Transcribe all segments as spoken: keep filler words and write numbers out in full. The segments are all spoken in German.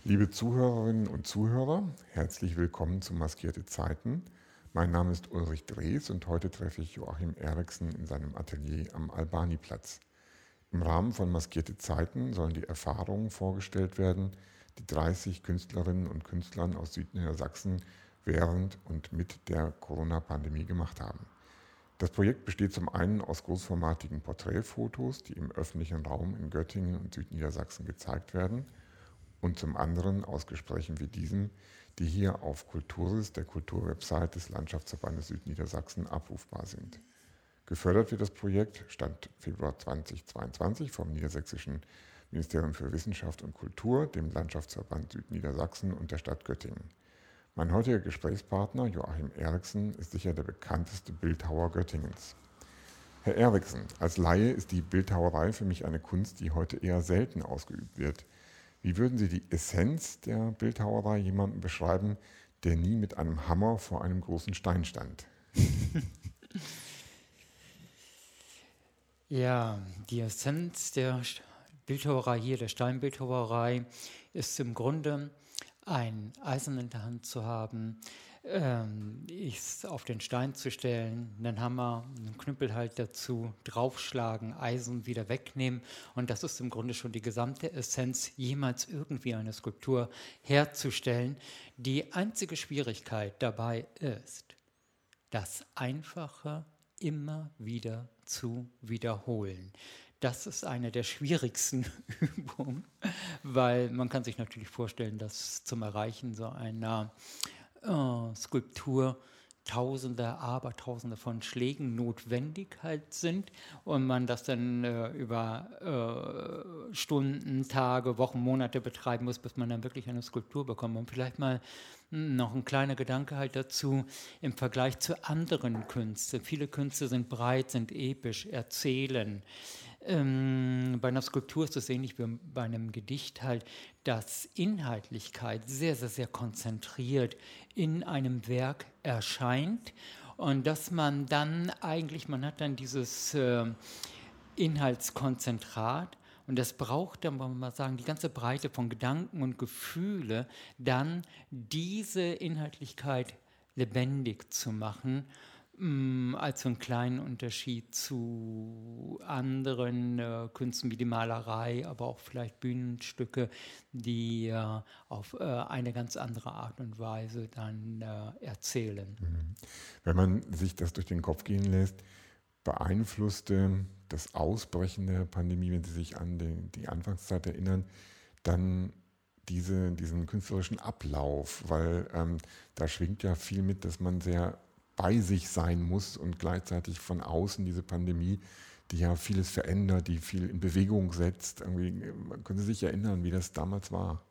Liebe Zuhörerinnen und Zuhörer, herzlich willkommen zu Maskierte Zeiten. Mein Name ist Ulrich Drees und heute treffe ich Joachim Eriksen in seinem Atelier am Albaniplatz. Im Rahmen von Maskierte Zeiten sollen die Erfahrungen vorgestellt werden, die dreißig Künstlerinnen und Künstlern aus Südniedersachsen während und mit der Corona-Pandemie gemacht haben. Das Projekt besteht zum einen aus großformatigen Porträtfotos, die im öffentlichen Raum in Göttingen und Südniedersachsen gezeigt werden, und zum anderen aus Gesprächen wie diesem, die hier auf Kulturis, der Kulturwebsite des Landschaftsverbandes Südniedersachsen, abrufbar sind. Gefördert wird das Projekt, Stand Februar zweitausendzweiundzwanzig, vom Niedersächsischen Ministerium für Wissenschaft und Kultur, dem Landschaftsverband Südniedersachsen und der Stadt Göttingen. Mein heutiger Gesprächspartner, Joachim Eriksen, ist sicher der bekannteste Bildhauer Göttingens. Herr Eriksen, als Laie ist die Bildhauerei für mich eine Kunst, die heute eher selten ausgeübt wird. Wie würden Sie die Essenz der Bildhauerei jemandem beschreiben, der nie mit einem Hammer vor einem großen Stein stand? Ja, die Essenz der Bildhauerei hier, der Steinbildhauerei, ist im Grunde ein Eisen in der Hand zu haben, ähm, es auf den Stein zu stellen, einen Hammer, einen Knüppel halt dazu, draufschlagen, Eisen wieder wegnehmen. Und das ist im Grunde schon die gesamte Essenz, jemals irgendwie eine Skulptur herzustellen. Die einzige Schwierigkeit dabei ist, das Einfache immer wieder zu wiederholen. Das ist eine der schwierigsten Übungen, weil man kann sich natürlich vorstellen, dass zum Erreichen so einer äh, Skulptur Tausende, Abertausende von Schlägen notwendig halt sind und man das dann äh, über äh, Stunden, Tage, Wochen, Monate betreiben muss, bis man dann wirklich eine Skulptur bekommt. Und vielleicht mal mh, noch ein kleiner Gedanke halt dazu im Vergleich zu anderen Künsten. Viele Künste sind breit, sind episch, erzählen. Ähm, bei einer Skulptur ist es ähnlich wie bei einem Gedicht halt, dass Inhaltlichkeit sehr, sehr, sehr konzentriert in einem Werk erscheint und dass man dann eigentlich, man hat dann dieses äh, Inhaltskonzentrat und das braucht dann, wollen wir mal sagen, die ganze Breite von Gedanken und Gefühle, dann diese Inhaltlichkeit lebendig zu machen, als so einen kleinen Unterschied zu anderen äh, Künsten wie die Malerei, aber auch vielleicht Bühnenstücke, die äh, auf äh, eine ganz andere Art und Weise dann äh, erzählen. Wenn man sich das durch den Kopf gehen lässt, beeinflusste das Ausbrechen der Pandemie, wenn Sie sich an die, die Anfangszeit erinnern, dann diese, diesen künstlerischen Ablauf, weil ähm, da schwingt ja viel mit, dass man sehr bei sich sein muss und gleichzeitig von außen diese Pandemie, die ja vieles verändert, die viel in Bewegung setzt. Irgendwie, können Sie sich erinnern, wie das damals war?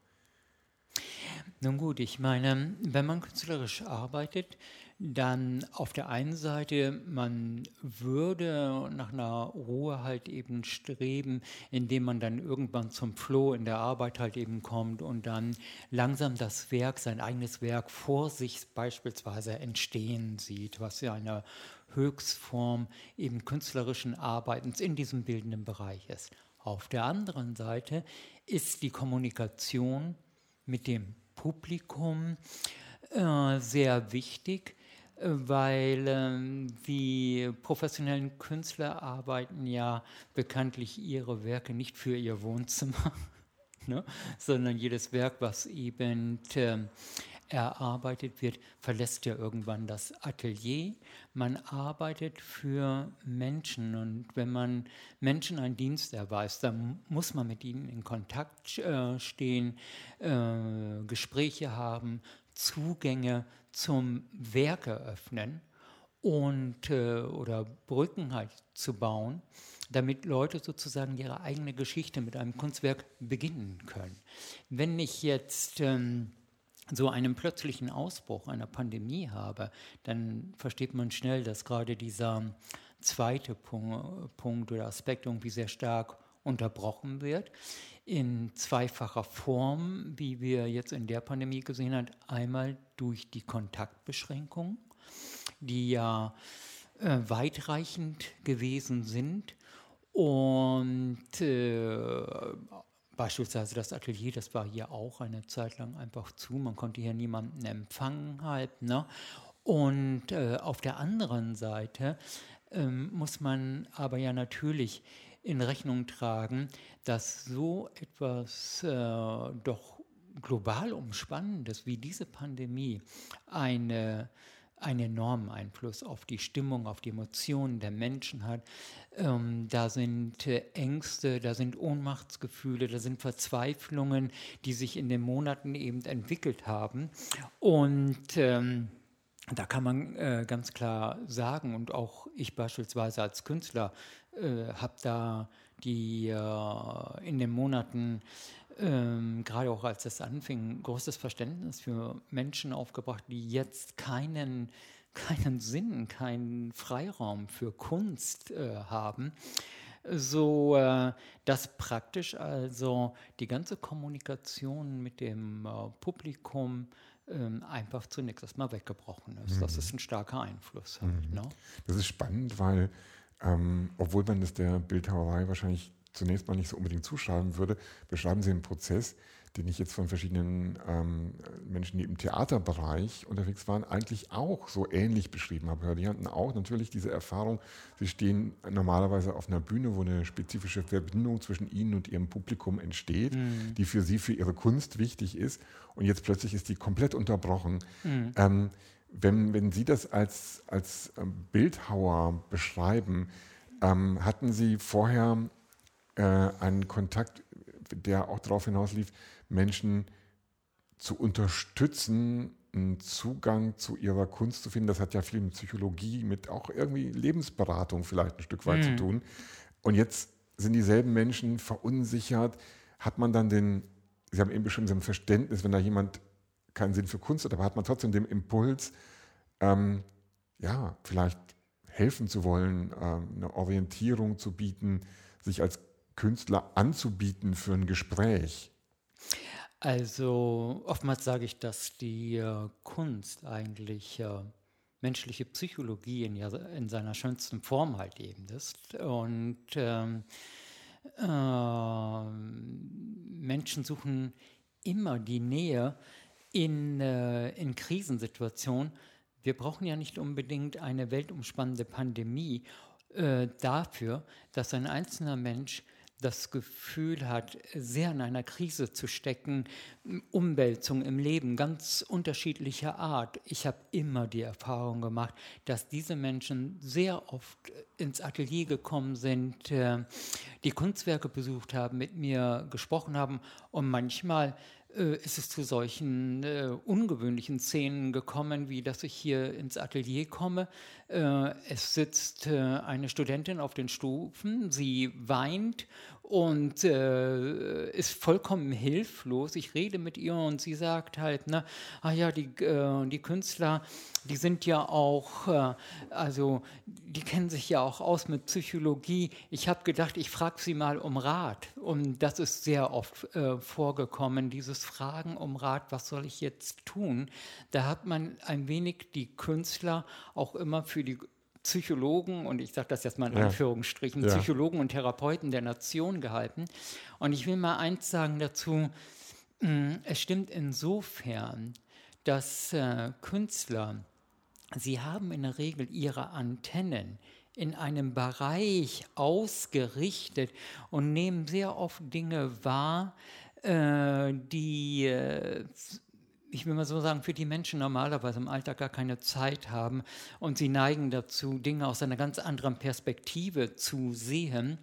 Nun gut, ich meine, wenn man künstlerisch arbeitet, dann auf der einen Seite, man würde nach einer Ruhe halt eben streben, indem man dann irgendwann zum Flow in der Arbeit halt eben kommt und dann langsam das Werk, sein eigenes Werk vor sich beispielsweise entstehen sieht, was ja eine Höchstform eben künstlerischen Arbeitens in diesem bildenden Bereich ist. Auf der anderen Seite ist die Kommunikation mit dem Publikum äh, sehr wichtig, äh, weil äh, die professionellen Künstler arbeiten ja bekanntlich ihre Werke nicht für ihr Wohnzimmer, ne, sondern jedes Werk, was eben äh, erarbeitet wird, verlässt ja irgendwann das Atelier. Man arbeitet für Menschen und wenn man Menschen einen Dienst erweist, dann muss man mit ihnen in Kontakt äh, stehen, äh, Gespräche haben, Zugänge zum Werk eröffnen und äh, oder Brücken halt zu bauen, damit Leute sozusagen ihre eigene Geschichte mit einem Kunstwerk beginnen können. Wenn ich jetzt ähm, so einen plötzlichen Ausbruch einer Pandemie habe, dann versteht man schnell, dass gerade dieser zweite Punkt, Punkt oder Aspekt irgendwie sehr stark unterbrochen wird. In zweifacher Form, wie wir jetzt in der Pandemie gesehen haben, einmal durch die Kontaktbeschränkungen, die ja äh, weitreichend gewesen sind und äh, beispielsweise das Atelier, das war hier auch eine Zeit lang einfach zu. Man konnte hier niemanden empfangen halt. Ne? Und äh, auf der anderen Seite ähm, muss man aber ja natürlich in Rechnung tragen, dass so etwas äh, doch global umspannendes wie diese Pandemie eine, einen enormen Einfluss auf die Stimmung, auf die Emotionen der Menschen hat. Ähm, da sind äh, Ängste, da sind Ohnmachtsgefühle, da sind Verzweiflungen, die sich in den Monaten eben entwickelt haben. Und ähm, da kann man äh, ganz klar sagen, und auch ich beispielsweise als Künstler äh, habe da die äh, in den Monaten, ähm, gerade auch als es anfing, großes Verständnis für Menschen aufgebracht, die jetzt keinen, keinen Sinn, keinen Freiraum für Kunst äh, haben. So äh, dass praktisch also die ganze Kommunikation mit dem äh, Publikum ähm, einfach zunächst erstmal weggebrochen ist. Mhm. Das ist ein starker Einfluss halt. Mhm. Ne? Das ist spannend, weil ähm, obwohl man das der Bildhauerei wahrscheinlich zunächst mal nicht so unbedingt zuschreiben würde, beschreiben Sie einen Prozess, den ich jetzt von verschiedenen ähm, Menschen, die im Theaterbereich unterwegs waren, eigentlich auch so ähnlich beschrieben habe. Die hatten auch natürlich diese Erfahrung, sie stehen normalerweise auf einer Bühne, wo eine spezifische Verbindung zwischen ihnen und ihrem Publikum entsteht, Mhm. die für sie, für ihre Kunst wichtig ist. Und jetzt plötzlich ist die komplett unterbrochen. Mhm. Ähm, wenn, wenn Sie das als, als Bildhauer beschreiben, ähm, hatten Sie vorher äh, einen Kontakt, der auch darauf hinauslief, Menschen zu unterstützen, einen Zugang zu ihrer Kunst zu finden? Das hat ja viel mit Psychologie, mit auch irgendwie Lebensberatung vielleicht ein Stück weit Mhm. zu tun. Und jetzt sind dieselben Menschen verunsichert. Hat man dann den, Sie haben eben bestimmt so ein Verständnis, wenn da jemand keinen Sinn für Kunst hat, aber hat man trotzdem den Impuls, ähm, ja, vielleicht helfen zu wollen, ähm, eine Orientierung zu bieten, sich als Künstler anzubieten für ein Gespräch? Also oftmals sage ich, dass die äh, Kunst eigentlich äh, menschliche Psychologie in, ja, in seiner schönsten Form halt eben ist. Und ähm, ähm, Menschen suchen immer die Nähe in, äh, in Krisensituationen. Wir brauchen ja nicht unbedingt eine weltumspannende Pandemie äh, dafür, dass ein einzelner Mensch das Gefühl hat, sehr in einer Krise zu stecken, Umwälzung im Leben, ganz unterschiedlicher Art. Ich habe immer die Erfahrung gemacht, dass diese Menschen sehr oft ins Atelier gekommen sind, äh, die Kunstwerke besucht haben, mit mir gesprochen haben und manchmal äh, ist es zu solchen äh, ungewöhnlichen Szenen gekommen, wie dass ich hier ins Atelier komme. Äh, es sitzt äh, eine Studentin auf den Stufen, sie weint und äh, ist vollkommen hilflos. Ich rede mit ihr und sie sagt halt, ne, ah ja, die, äh, die Künstler, die sind ja auch, äh, also die kennen sich ja auch aus mit Psychologie. Ich habe gedacht, ich frage sie mal um Rat. Und das ist sehr oft äh, vorgekommen, dieses Fragen um Rat, was soll ich jetzt tun? Da hat man ein wenig die Künstler auch immer für die Psychologen, und ich sage das jetzt mal in Ja. Anführungsstrichen, Ja. Psychologen und Therapeuten der Nation gehalten. Und ich will mal eins sagen dazu, mh, es stimmt insofern, dass äh, Künstler, sie haben in der Regel ihre Antennen in einem Bereich ausgerichtet und nehmen sehr oft Dinge wahr, äh, die, äh, ich will mal so sagen, für die Menschen normalerweise im Alltag gar keine Zeit haben und sie neigen dazu, Dinge aus einer ganz anderen Perspektive zu sehen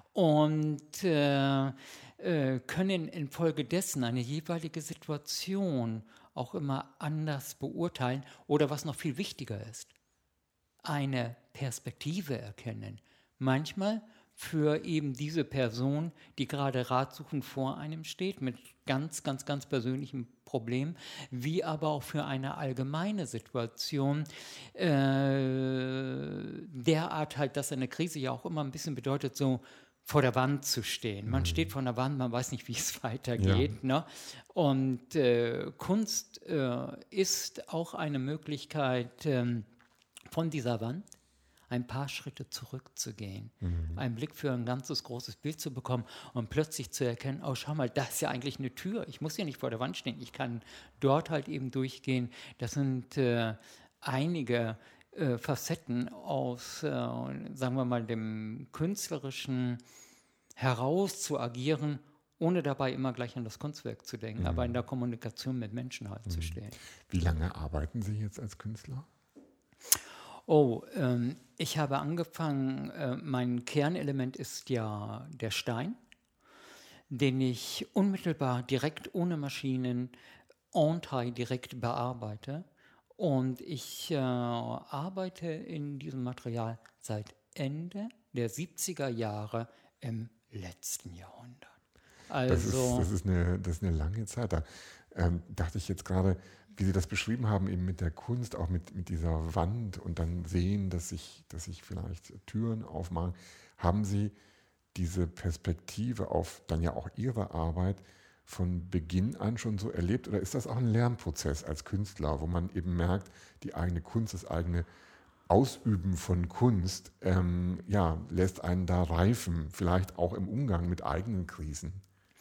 und äh, äh, können infolgedessen eine jeweilige Situation auch immer anders beurteilen oder was noch viel wichtiger ist, eine Perspektive erkennen. Manchmal für eben diese Person, die gerade ratsuchend vor einem steht, mit ganz, ganz, ganz persönlichen Problemen, wie aber auch für eine allgemeine Situation, äh, derart halt, dass eine Krise ja auch immer ein bisschen bedeutet, so vor der Wand zu stehen. Man steht vor der Wand, man weiß nicht, wie es weitergeht. Ne? Und äh, Kunst äh, ist auch eine Möglichkeit, ähm, von dieser Wand ein paar Schritte zurückzugehen, Mhm. einen Blick für ein ganzes großes Bild zu bekommen und plötzlich zu erkennen, oh, schau mal, das ist ja eigentlich eine Tür. Ich muss ja nicht vor der Wand stehen, ich kann dort halt eben durchgehen. Das sind äh, einige äh, Facetten aus, äh, sagen wir mal, dem künstlerischen heraus zu agieren, ohne dabei immer gleich an das Kunstwerk zu denken, aber in der Kommunikation mit Menschen halt zu stehen. Wie lange arbeiten Sie jetzt als Künstler? Oh, ähm, ich habe angefangen, äh, mein Kernelement ist ja der Stein, den ich unmittelbar direkt ohne Maschinen en taille direkt bearbeite. Und ich äh, arbeite in diesem Material seit Ende der siebziger Jahre im letzten Jahrhundert. Das ist, Also, das ist, eine, das ist eine lange Zeit. Da ähm, dachte ich jetzt gerade, wie Sie das beschrieben haben, eben mit der Kunst, auch mit, mit dieser Wand und dann sehen, dass sich, dass sich vielleicht Türen aufmachen. Haben Sie diese Perspektive auf dann ja auch Ihre Arbeit von Beginn an schon so erlebt? Oder ist das auch ein Lernprozess als Künstler, wo man eben merkt, die eigene Kunst, das eigene Ausüben von Kunst, ähm, ja, lässt einen da reifen, vielleicht auch im Umgang mit eigenen Krisen?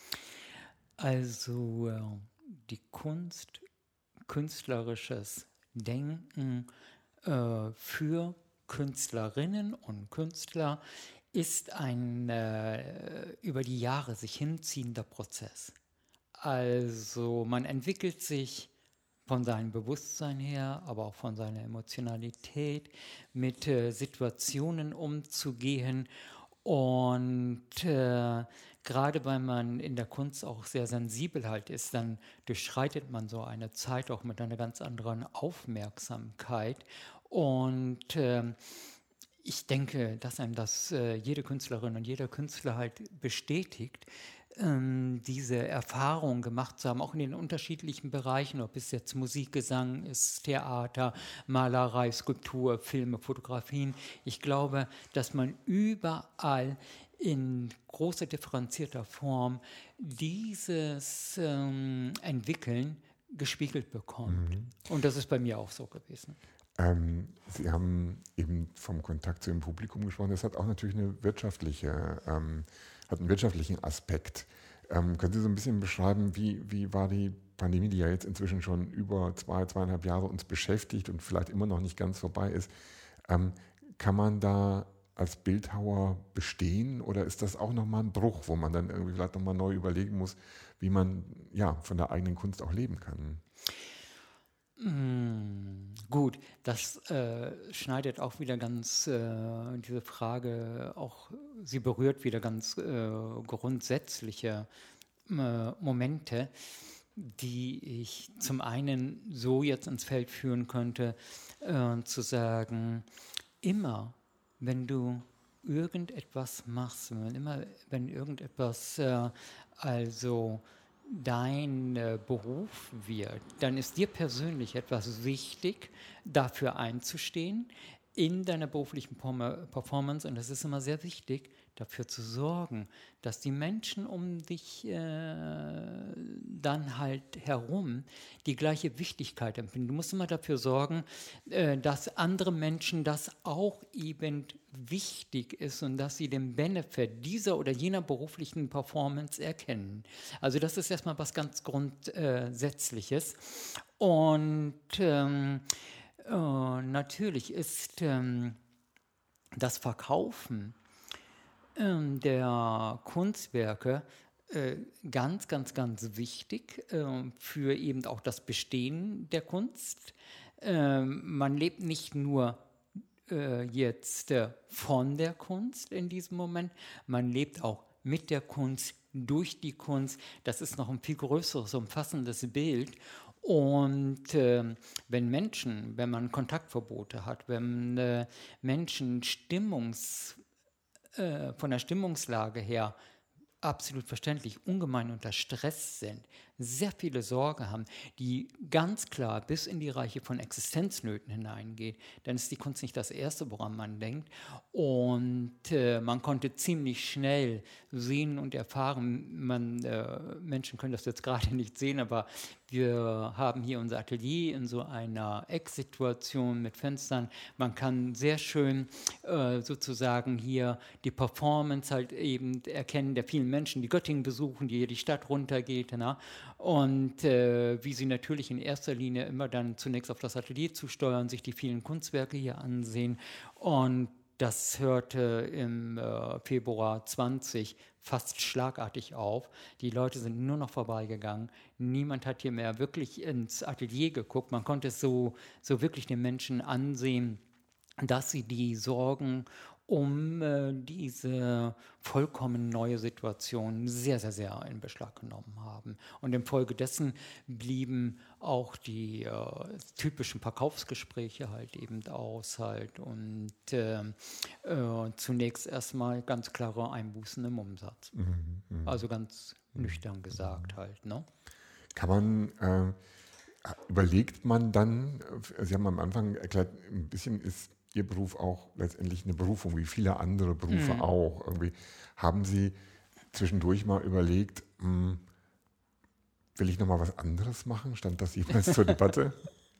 also äh, die Kunst, künstlerisches Denken äh, für Künstlerinnen und Künstler ist ein äh, über die Jahre sich hinziehender Prozess. Also man entwickelt sich von seinem Bewusstsein her, aber auch von seiner Emotionalität, mit äh, Situationen umzugehen. Und äh, gerade weil man in der Kunst auch sehr sensibel halt ist, dann durchschreitet man so eine Zeit auch mit einer ganz anderen Aufmerksamkeit. Und äh, ich denke, dass einem das äh, jede Künstlerin und jeder Künstler halt bestätigt, ähm, diese Erfahrung gemacht zu haben, auch in den unterschiedlichen Bereichen, ob es jetzt Musik, Gesang ist, Theater, Malerei, Skulptur, Filme, Fotografien. Ich glaube, dass man überall in großer differenzierter Form dieses ähm, Entwickeln gespiegelt bekommt. Und das ist bei mir auch so gewesen. Ähm, Sie haben eben vom Kontakt zu Ihrem Publikum gesprochen. Das hat auch natürlich eine wirtschaftliche, ähm, hat einen wirtschaftlichen Aspekt. Ähm, können Sie so ein bisschen beschreiben, wie, wie war die Pandemie, die ja jetzt inzwischen schon über zwei, zweieinhalb Jahre uns beschäftigt und vielleicht immer noch nicht ganz vorbei ist? Ähm, kann man da als Bildhauer bestehen oder ist das auch nochmal ein Bruch, wo man dann irgendwie vielleicht nochmal neu überlegen muss, wie man ja von der eigenen Kunst auch leben kann? Mm, gut, das äh, schneidet auch wieder ganz, äh, diese Frage, auch sie berührt wieder ganz äh, grundsätzliche äh, Momente, die ich zum einen so jetzt ins Feld führen könnte, äh, zu sagen, immer wenn du irgendetwas machst, wenn immer, wenn irgendetwas äh, also dein äh, Beruf wird, dann ist dir persönlich etwas wichtig, dafür einzustehen in deiner beruflichen Performance. Und es ist immer sehr wichtig, dafür zu sorgen, dass die Menschen um dich äh, dann halt herum die gleiche Wichtigkeit empfinden. Du musst immer dafür sorgen, äh, dass andere Menschen das auch eben wichtig ist und dass sie den Benefit dieser oder jener beruflichen Performance erkennen. Also das ist erstmal was ganz Grundsätzliches. Und ähm, äh, natürlich ist ähm, das Verkaufen ähm, der Kunstwerke äh, ganz, ganz, ganz wichtig äh, für eben auch das Bestehen der Kunst. Ähm, man lebt nicht nur äh, jetzt äh, von der Kunst in diesem Moment, man lebt auch mit der Kunst, durch die Kunst. Das ist noch ein viel größeres, umfassendes Bild. Und äh, wenn Menschen, wenn man Kontaktverbote hat, wenn äh, Menschen Stimmungs, äh, von der Stimmungslage her absolut verständlich ungemein unter Stress sind, sehr viele Sorge haben, die ganz klar bis in die Reiche von Existenznöten hineingeht, dann ist die Kunst nicht das Erste, woran man denkt. Und äh, man konnte ziemlich schnell sehen und erfahren, man, äh, Menschen können das jetzt gerade nicht sehen, aber wir haben hier unser Atelier in so einer Ecksituation mit Fenstern. Man kann sehr schön äh, sozusagen hier die Performance halt eben erkennen der vielen Menschen, die Göttingen besuchen, die hier die Stadt runtergeht. Na? Und äh, wie sie natürlich in erster Linie immer dann zunächst auf das Atelier zusteuern, sich die vielen Kunstwerke hier ansehen. Und das hörte im äh, Februar zwanzig fast schlagartig auf. Die Leute sind nur noch vorbeigegangen. Niemand hat hier mehr wirklich ins Atelier geguckt. Man konnte es so, so wirklich den Menschen ansehen, dass sie die Sorgen um äh, diese vollkommen neue Situation sehr, sehr, sehr in Beschlag genommen haben. Und infolgedessen blieben auch die äh, typischen Verkaufsgespräche halt eben aus halt und äh, äh, zunächst erstmal ganz klare Einbußen im Umsatz. Mhm, mh. Also ganz mhm. nüchtern gesagt mhm. halt. Ne? Kann man, äh, überlegt man dann, Sie haben am Anfang erklärt, ein bisschen ist Ihr Beruf auch letztendlich eine Berufung, wie viele andere Berufe mhm. auch. Irgendwie haben Sie zwischendurch mal überlegt, mh, will ich noch mal was anderes machen? Stand das jemals zur Debatte?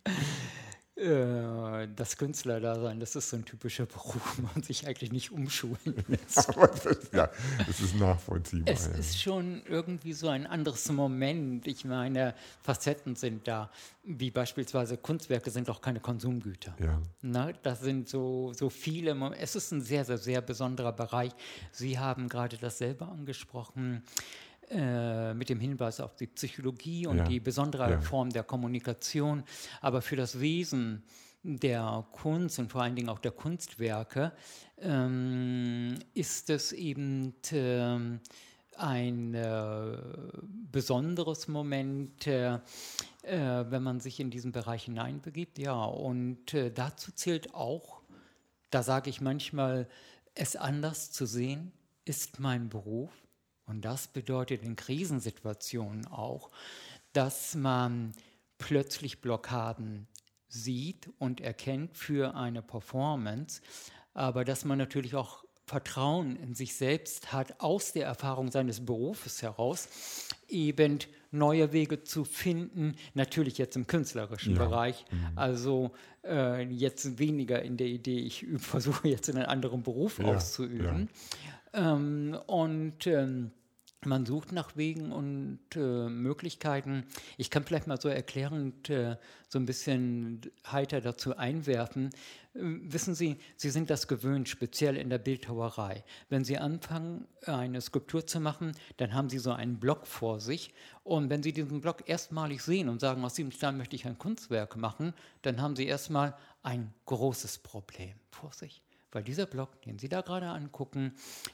Äh, das Künstlerdasein, das ist so ein typischer Beruf, wo man sich eigentlich nicht umschulen lässt. Ja, das ist nachvollziehbar. Es ja. ist schon irgendwie so ein anderes Moment. Ich meine, Facetten sind da, wie beispielsweise Kunstwerke sind auch keine Konsumgüter. Ja. Na, das sind so, so viele, es ist ein sehr, sehr, sehr besonderer Bereich. Sie haben gerade das selber angesprochen, mit dem Hinweis auf die Psychologie und ja. die besondere ja. Form der Kommunikation. Aber für das Wesen der Kunst und vor allen Dingen auch der Kunstwerke ähm, ist es eben ähm, ein äh, besonderes Moment, äh, äh, wenn man sich in diesen Bereich hineinbegibt. Ja, und äh, dazu zählt auch, da sage ich manchmal, es anders zu sehen, ist mein Beruf. Und das bedeutet in Krisensituationen auch, dass man plötzlich Blockaden sieht und erkennt für eine Performance, aber dass man natürlich auch Vertrauen in sich selbst hat, aus der Erfahrung seines Berufes heraus, eben neue Wege zu finden, natürlich jetzt im künstlerischen ja. Bereich, mhm. also äh, jetzt weniger in der Idee, ich versuche jetzt einen anderen Beruf ja. auszuüben. Ja. Ähm, und ähm, man sucht nach Wegen und äh, Möglichkeiten. Ich kann vielleicht mal so erklärend äh, so ein bisschen heiter dazu einwerfen. Äh, wissen Sie, Sie sind das gewöhnt, speziell in der Bildhauerei. Wenn Sie anfangen, eine Skulptur zu machen, dann haben Sie so einen Block vor sich. Und wenn Sie diesen Block erstmalig sehen und sagen, aus diesem Stein möchte ich ein Kunstwerk machen, dann haben Sie erstmal ein großes Problem vor sich. Weil dieser Block, den Sie da gerade angucken,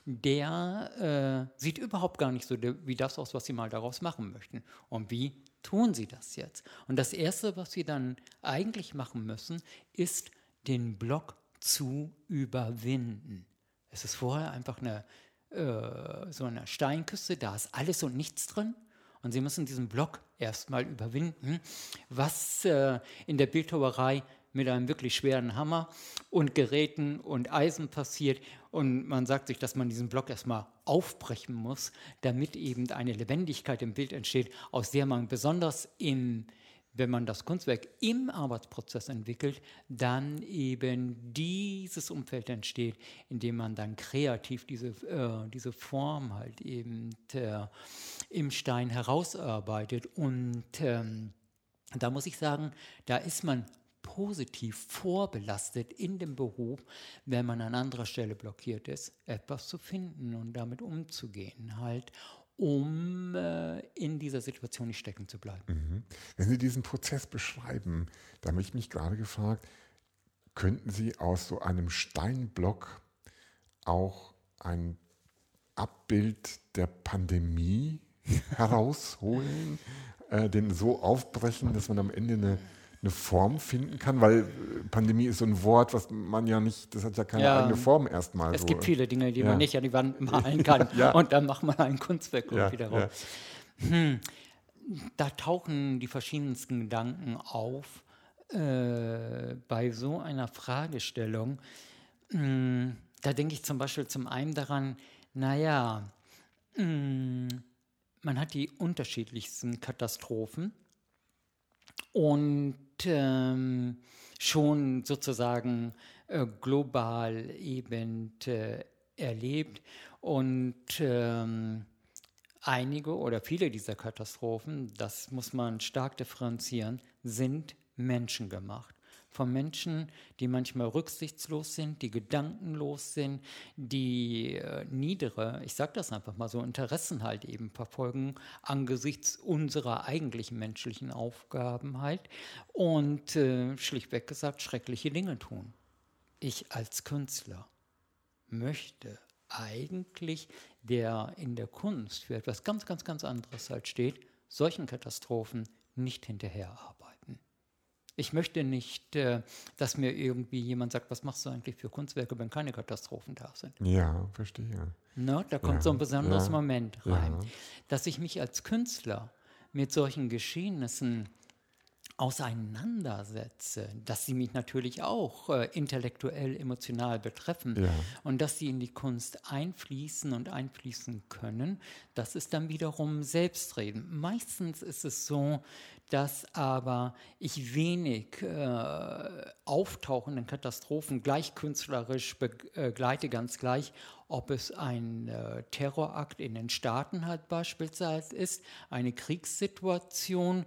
der äh, sieht überhaupt gar nicht so wie das aus, was Sie mal daraus machen möchten. Und wie tun Sie das jetzt? Und das Erste, was Sie dann eigentlich machen müssen, ist, den Block zu überwinden. Es ist vorher einfach eine, äh, so eine Steinküste, da ist alles und nichts drin. Und Sie müssen diesen Block erstmal überwinden, was äh, in der Bildhauerei mit einem wirklich schweren Hammer und Geräten und Eisen passiert. Und man sagt sich, dass man diesen Block erstmal aufbrechen muss, damit eben eine Lebendigkeit im Bild entsteht, aus der man besonders, in, wenn man das Kunstwerk im Arbeitsprozess entwickelt, dann eben dieses Umfeld entsteht, in dem man dann kreativ diese, äh, diese Form halt eben äh, im Stein herausarbeitet. Und ähm, da muss ich sagen, da ist man positiv vorbelastet in dem Beruf, wenn man an anderer Stelle blockiert ist, etwas zu finden und damit umzugehen, halt, um äh, in dieser Situation nicht stecken zu bleiben. Mhm. Wenn Sie diesen Prozess beschreiben, da habe ich mich gerade gefragt, könnten Sie aus so einem Steinblock auch ein Abbild der Pandemie herausholen, äh, den so aufbrechen, dass man am Ende eine eine Form finden kann, weil Pandemie ist so ein Wort, was man ja nicht, das hat ja keine ja, eigene Form erstmal. Es so. gibt viele Dinge, die ja. man nicht an die Wand malen kann ja. und dann macht man ein Kunstwerk ja. wieder raus. Ja. Hm. da tauchen die verschiedensten Gedanken auf äh, bei so einer Fragestellung. Mm, Da denke ich zum Beispiel zum einen daran, naja, mm, man hat die unterschiedlichsten Katastrophen und ähm, schon sozusagen äh, global eben äh, erlebt. Und ähm, einige oder viele dieser Katastrophen, das muss man stark differenzieren, sind menschengemacht. Von Menschen, die manchmal rücksichtslos sind, die gedankenlos sind, die äh, niedere, ich sage das einfach mal so, Interessen halt eben verfolgen angesichts unserer eigentlichen menschlichen Aufgaben halt und äh, schlichtweg gesagt schreckliche Dinge tun. Ich als Künstler möchte eigentlich, der in der Kunst für etwas ganz, ganz, ganz anderes halt steht, solchen Katastrophen nicht hinterherarbeiten. Ich möchte nicht, äh, dass mir irgendwie jemand sagt, was machst du eigentlich für Kunstwerke, wenn keine Katastrophen da sind. Ja, verstehe. Ne? Da kommt Ja, so ein besonderes ja, Moment rein. ja. Dass ich mich als Künstler mit solchen Geschehnissen auseinandersetze, dass sie mich natürlich auch äh, intellektuell, emotional betreffen Ja. und dass sie in die Kunst einfließen und einfließen können, das ist dann wiederum Selbstreden. Meistens ist es so, dass aber ich wenig äh, auftauchenden Katastrophen gleich künstlerisch begleite, ganz gleich, ob es ein äh, Terrorakt in den Staaten halt beispielsweise ist, eine Kriegssituation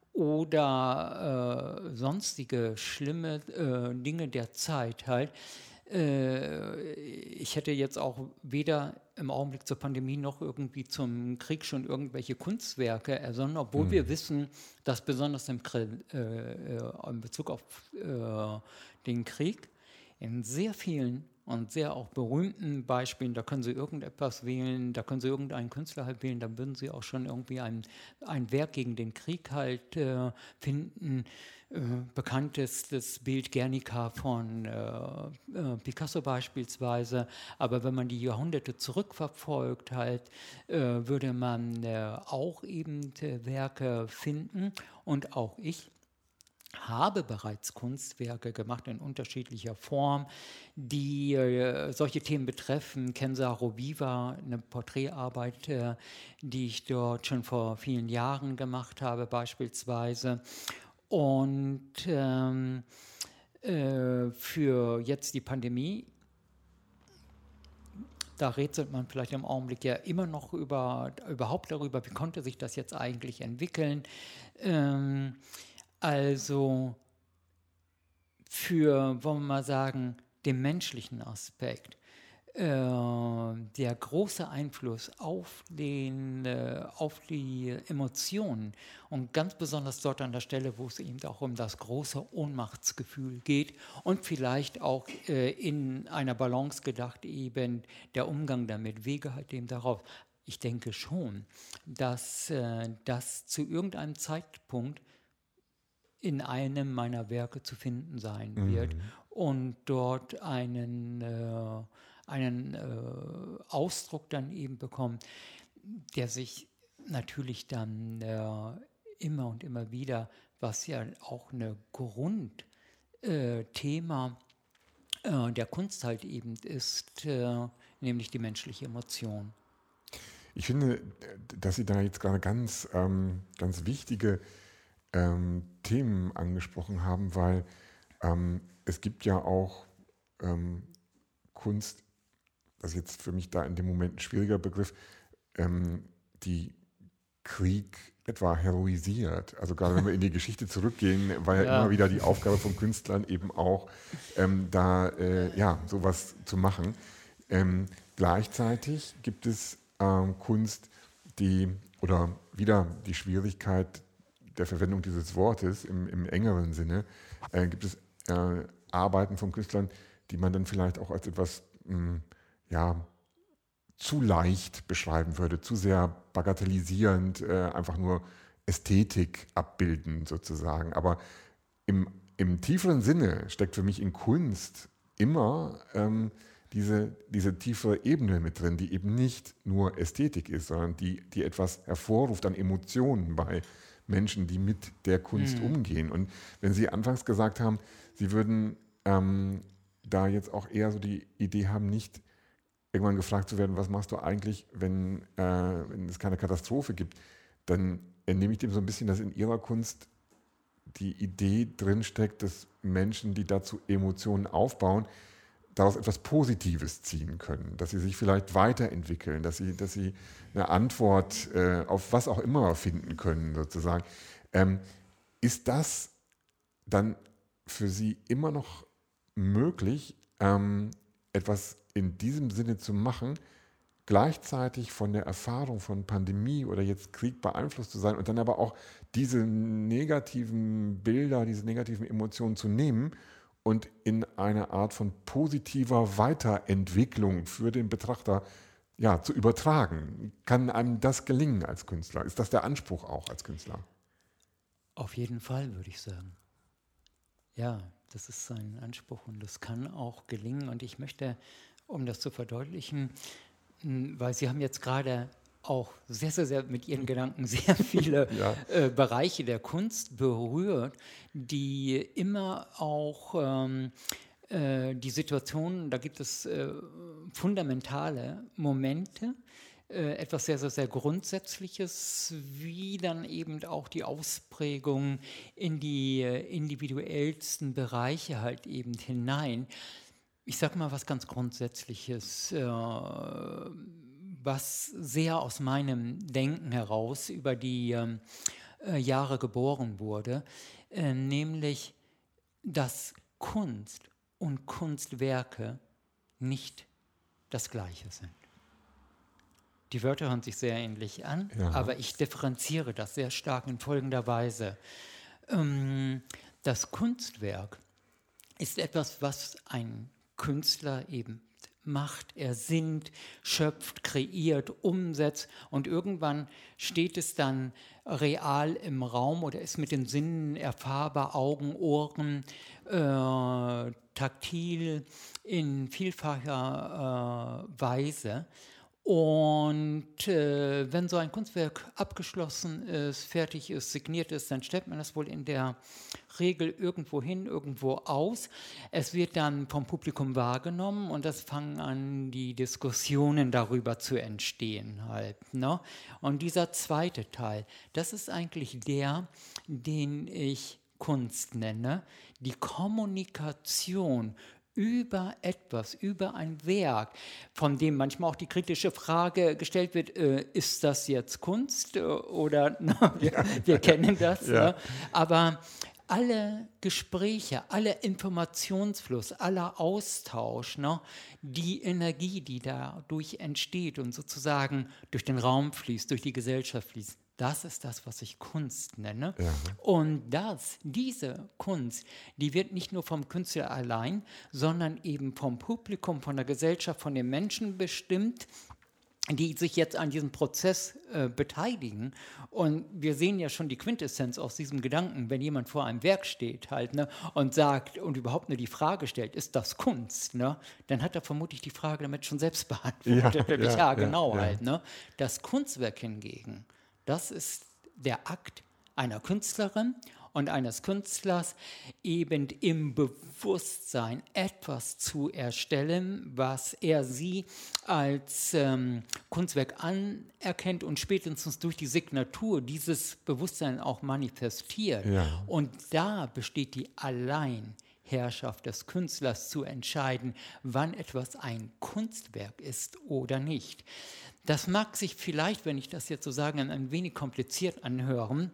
oder äh, sonstige schlimme äh, Dinge der Zeit halt. Äh, ich hätte jetzt auch weder im Augenblick zur Pandemie noch irgendwie zum Krieg schon irgendwelche Kunstwerke ersonnen, obwohl mhm. wir wissen, dass besonders im Krieg, äh, in Bezug auf äh, den Krieg in sehr vielen und sehr auch berühmten Beispielen, da können Sie irgendetwas wählen, da können Sie irgendeinen Künstler halt wählen, da würden Sie auch schon irgendwie ein, ein Werk gegen den Krieg halt äh, finden. Äh, bekanntestes Bild Guernica von äh, äh, Picasso beispielsweise. Aber wenn man die Jahrhunderte zurückverfolgt halt, äh, würde man äh, auch eben äh, Werke finden. Und auch ich habe bereits Kunstwerke gemacht in unterschiedlicher Form, die äh, solche Themen betreffen. Kensaro Viva, eine Porträtarbeit, äh, die ich dort schon vor vielen Jahren gemacht habe beispielsweise. Und ähm, äh, für jetzt die Pandemie, da rätselt man vielleicht im Augenblick ja immer noch über, überhaupt darüber, wie konnte sich das jetzt eigentlich entwickeln. Ähm, Also für, wollen wir mal sagen, den menschlichen Aspekt, äh, der große Einfluss auf, den, äh, auf die Emotionen und ganz besonders dort an der Stelle, wo es eben auch um das große Ohnmachtsgefühl geht und vielleicht auch äh, in einer Balance gedacht eben der Umgang damit, Wege halt eben darauf. Ich denke schon, dass äh, das zu irgendeinem Zeitpunkt in einem meiner Werke zu finden sein wird mhm. und dort einen, äh, einen äh, Ausdruck dann eben bekommt, der sich natürlich dann äh, immer und immer wieder, was ja auch ein Grundthema äh, der Kunst halt eben ist, äh, nämlich die menschliche Emotion. Ich finde, dass Sie da jetzt gerade ganz, ähm, ganz wichtige Ähm, Themen angesprochen haben, weil ähm, es gibt ja auch ähm, Kunst, das ist jetzt für mich da in dem Moment ein schwieriger Begriff, ähm, die Krieg etwa heroisiert. Also gerade wenn wir in die Geschichte zurückgehen, war ja, ja immer wieder die Aufgabe von Künstlern eben auch, ähm, da äh, ja, sowas zu machen. Ähm, gleichzeitig gibt es ähm, Kunst, die, oder wieder die Schwierigkeit der Verwendung dieses Wortes im, im engeren Sinne, äh, gibt es äh, Arbeiten von Künstlern, die man dann vielleicht auch als etwas mh, ja, zu leicht beschreiben würde, zu sehr bagatellisierend, äh, einfach nur Ästhetik abbilden sozusagen. Aber im, im tieferen Sinne steckt für mich in Kunst immer ähm, diese, diese tiefere Ebene mit drin, die eben nicht nur Ästhetik ist, sondern die, die etwas hervorruft an Emotionen bei Menschen, die mit der Kunst Mhm. umgehen. Und wenn Sie anfangs gesagt haben, Sie würden ähm, da jetzt auch eher so die Idee haben, nicht irgendwann gefragt zu werden, was machst du eigentlich, wenn, äh, wenn es keine Katastrophe gibt, dann entnehme ich dem so ein bisschen, dass in Ihrer Kunst die Idee drinsteckt, dass Menschen, die dazu Emotionen aufbauen, daraus etwas Positives ziehen können, dass sie sich vielleicht weiterentwickeln, dass sie, dass sie eine Antwort äh, auf was auch immer finden können, sozusagen. Ähm, ist das dann für Sie immer noch möglich, ähm, etwas in diesem Sinne zu machen, gleichzeitig von der Erfahrung von Pandemie oder jetzt Krieg beeinflusst zu sein und dann aber auch diese negativen Bilder, diese negativen Emotionen zu nehmen und in eine Art von positiver Weiterentwicklung für den Betrachter ja, zu übertragen? Kann einem das gelingen als Künstler? Ist das der Anspruch auch als Künstler? Auf jeden Fall, würde ich sagen. Ja, das ist sein Anspruch und das kann auch gelingen. Und ich möchte, um das zu verdeutlichen, mh, weil Sie haben jetzt gerade auch sehr, sehr, sehr mit Ihren Gedanken sehr viele Ja. äh, Bereiche der Kunst berührt, die immer auch ähm, äh, die Situation, da gibt es äh, fundamentale Momente, äh, etwas sehr, sehr, sehr Grundsätzliches, wie dann eben auch die Ausprägung in die äh, individuellsten Bereiche halt eben hinein. Ich sage mal was ganz Grundsätzliches, äh, was sehr aus meinem Denken heraus über die ähm, äh, Jahre geboren wurde, äh, nämlich, dass Kunst und Kunstwerke nicht das Gleiche sind. Die Wörter hören sich sehr ähnlich an, Ja. aber ich differenziere das sehr stark in folgender Weise. Ähm, das Kunstwerk ist etwas, was ein Künstler eben macht, er sinnt, schöpft, kreiert, umsetzt und irgendwann steht es dann real im Raum oder ist mit den Sinnen erfahrbar, Augen, Ohren, äh, taktil in vielfacher äh, Weise. Und äh, wenn so ein Kunstwerk abgeschlossen ist, fertig ist, signiert ist, dann stellt man das wohl in der Regel irgendwo hin, irgendwo aus. Es wird dann vom Publikum wahrgenommen und es fangen an, die Diskussionen darüber zu entstehen halt, ne? Und dieser zweite Teil, das ist eigentlich der, den ich Kunst nenne, die Kommunikation über etwas, über ein Werk, von dem manchmal auch die kritische Frage gestellt wird, äh, ist das jetzt Kunst äh, oder, na, wir, wir kennen das, Ja. ne? Aber alle Gespräche, aller Informationsfluss, aller Austausch, ne, die Energie, die dadurch entsteht und sozusagen durch den Raum fließt, durch die Gesellschaft fließt, das ist das, was ich Kunst nenne. Ja. Und das, diese Kunst, die wird nicht nur vom Künstler allein, sondern eben vom Publikum, von der Gesellschaft, von den Menschen bestimmt, die sich jetzt an diesem Prozess äh, beteiligen. Und wir sehen ja schon die Quintessenz aus diesem Gedanken, wenn jemand vor einem Werk steht halt, ne, und sagt und überhaupt nur die Frage stellt, ist das Kunst? Ne, dann hat er vermutlich die Frage damit schon selbst beantwortet. Ja, Ja, ja, ja, genau ja, halt. Ne. Das Kunstwerk hingegen, das ist der Akt einer Künstlerin und eines Künstlers, eben im Bewusstsein etwas zu erstellen, was er sie als ähm, Kunstwerk anerkennt und spätestens durch die Signatur dieses Bewusstsein auch manifestiert. Ja. Und da besteht die Alleinherrschaft des Künstlers zu entscheiden, wann etwas ein Kunstwerk ist oder nicht. Das mag sich vielleicht, wenn ich das jetzt so sage, ein wenig kompliziert anhören,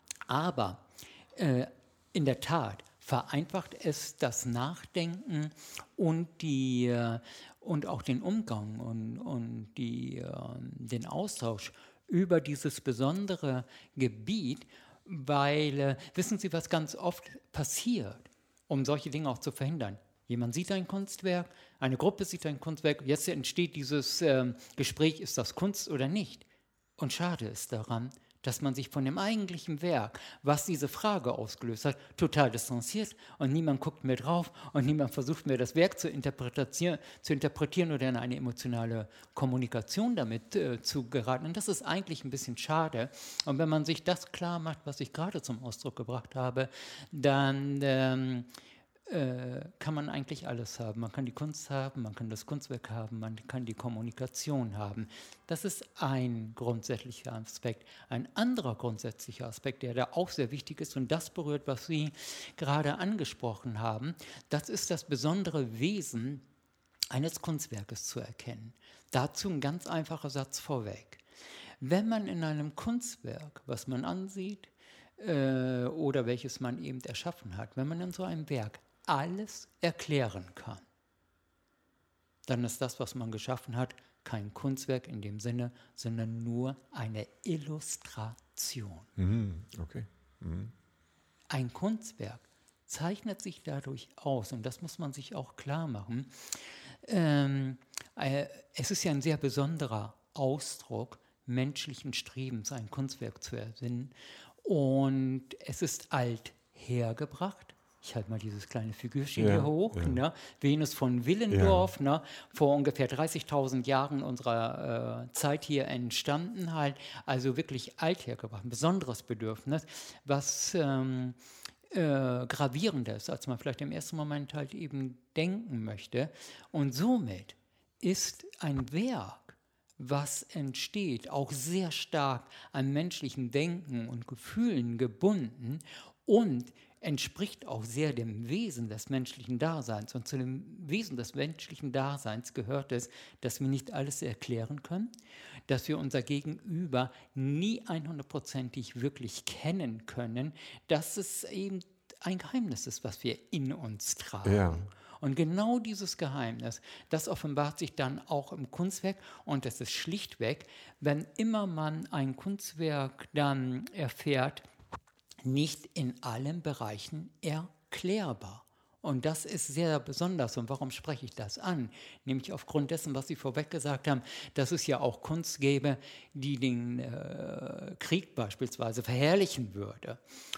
aber äh, in der Tat vereinfacht es das Nachdenken und, die, äh, und auch den Umgang und, und die, äh, den Austausch über dieses besondere Gebiet, weil, äh, wissen Sie, was ganz oft passiert, um solche Dinge auch zu verhindern? Jemand sieht ein Kunstwerk, eine Gruppe sieht ein Kunstwerk, jetzt entsteht dieses äh, Gespräch, ist das Kunst oder nicht? Und schade ist daran, dass man sich von dem eigentlichen Werk, was diese Frage ausgelöst hat, total distanziert und niemand guckt mehr drauf und niemand versucht mehr das Werk zu interpretieren, zu interpretieren oder in eine emotionale Kommunikation damit äh, zu geraten. Und das ist eigentlich ein bisschen schade. Und wenn man sich das klar macht, was ich gerade zum Ausdruck gebracht habe, dann ähm, äh, kann man eigentlich alles haben. Man kann die Kunst haben, man kann das Kunstwerk haben, man kann die Kommunikation haben. Das ist ein grundsätzlicher Aspekt. Ein anderer grundsätzlicher Aspekt, der da auch sehr wichtig ist und das berührt, was Sie gerade angesprochen haben, das ist das besondere Wesen eines Kunstwerkes zu erkennen. Dazu ein ganz einfacher Satz vorweg. Wenn man in einem Kunstwerk, was man ansieht äh, oder welches man eben erschaffen hat, wenn man in so einem Werk alles erklären kann, dann ist das, was man geschaffen hat, kein Kunstwerk in dem Sinne, sondern nur eine Illustration. Mhm, okay. Mhm. Ein Kunstwerk zeichnet sich dadurch aus, und das muss man sich auch klar machen, ähm, äh, es ist ja ein sehr besonderer Ausdruck menschlichen Strebens, ein Kunstwerk zu ersinnen, und es ist alt hergebracht. Ich halte mal dieses kleine Figürchen Ja, hier hoch, ja. ne? Venus von Willendorf, ne? Vor ungefähr dreißigtausend Jahren unserer äh, Zeit hier entstanden halt, also wirklich alt hergebracht, ein besonderes Bedürfnis, was ähm, äh, gravierender ist, als man vielleicht im ersten Moment halt eben denken möchte. Und somit ist ein Werk, was entsteht, auch sehr stark an menschlichen Denken und Gefühlen gebunden und entspricht auch sehr dem Wesen des menschlichen Daseins. Und zu dem Wesen des menschlichen Daseins gehört es, dass wir nicht alles erklären können, dass wir unser Gegenüber nie hundertprozentig wirklich kennen können, dass es eben ein Geheimnis ist, was wir in uns tragen. Ja. Und genau dieses Geheimnis, das offenbart sich dann auch im Kunstwerk, und das ist schlichtweg, wenn immer man ein Kunstwerk dann erfährt, nicht in allen Bereichen erklärbar. Und das ist sehr besonders. Und warum spreche ich das an? Nämlich aufgrund dessen, was Sie vorweg gesagt haben, dass es ja auch Kunst gäbe, die den äh, Krieg beispielsweise verherrlichen würde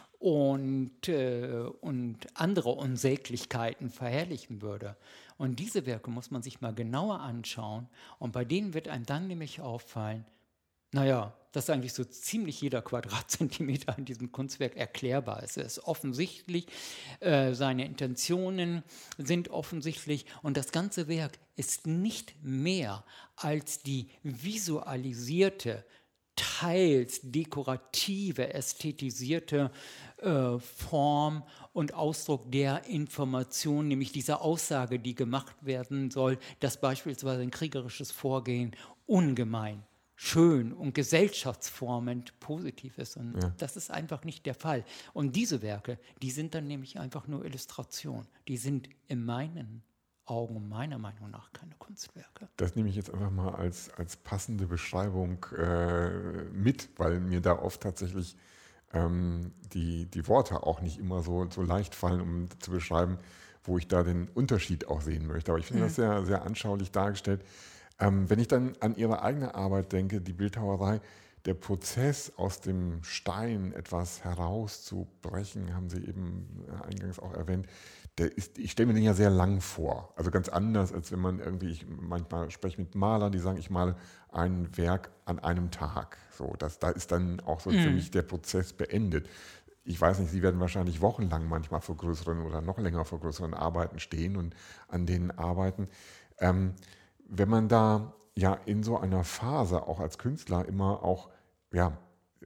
und, äh, und andere Unsäglichkeiten verherrlichen würde. Und diese Werke muss man sich mal genauer anschauen. Und bei denen wird einem dann nämlich auffallen, naja, dass eigentlich so ziemlich jeder Quadratzentimeter an diesem Kunstwerk erklärbar ist. Es ist offensichtlich, äh, seine Intentionen sind offensichtlich, und das ganze Werk ist nicht mehr als die visualisierte, teils dekorative, ästhetisierte äh, Form und Ausdruck der Information, nämlich dieser Aussage, die gemacht werden soll, dass beispielsweise ein kriegerisches Vorgehen ungemein schön und gesellschaftsformend positiv ist. Und ja. Das ist einfach nicht der Fall. Und diese Werke, die sind dann nämlich einfach nur Illustration. Die sind in meinen Augen, meiner Meinung nach, keine Kunstwerke. Das nehme ich jetzt einfach mal als, als passende Beschreibung äh, mit, weil mir da oft tatsächlich ähm, die, die Worte auch nicht immer so, so leicht fallen, um zu beschreiben, wo ich da den Unterschied auch sehen möchte. Aber ich finde mhm. das sehr, sehr anschaulich dargestellt. Ähm, wenn ich dann an Ihre eigene Arbeit denke, die Bildhauerei, der Prozess, aus dem Stein etwas herauszubrechen, haben Sie eben eingangs auch erwähnt, der ist, ich stelle mir den ja sehr lang vor. Also ganz anders, als wenn man irgendwie, ich manchmal spreche mit Malern, die sagen, ich male ein Werk an einem Tag. So, das, da ist dann auch so mm. für mich der Prozess beendet. Ich weiß nicht, Sie werden wahrscheinlich wochenlang manchmal vor größeren oder noch länger vor größeren Arbeiten stehen und an denen arbeiten. Ähm, wenn man da ja in so einer Phase auch als Künstler immer auch ja,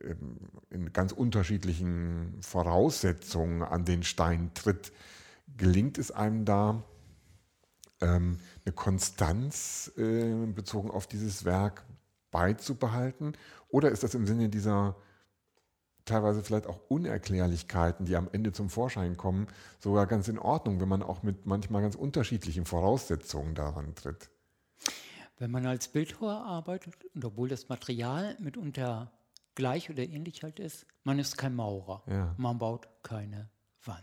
in ganz unterschiedlichen Voraussetzungen an den Stein tritt, gelingt es einem da, ähm, eine Konstanz äh, bezogen auf dieses Werk beizubehalten? Oder ist das im Sinne dieser teilweise vielleicht auch Unerklärlichkeiten, die am Ende zum Vorschein kommen, sogar ganz in Ordnung, wenn man auch mit manchmal ganz unterschiedlichen Voraussetzungen daran tritt? Wenn man als Bildhauer arbeitet, und obwohl das Material mitunter gleich oder ähnlich halt ist, man ist kein Maurer. Ja. Man baut keine Wand.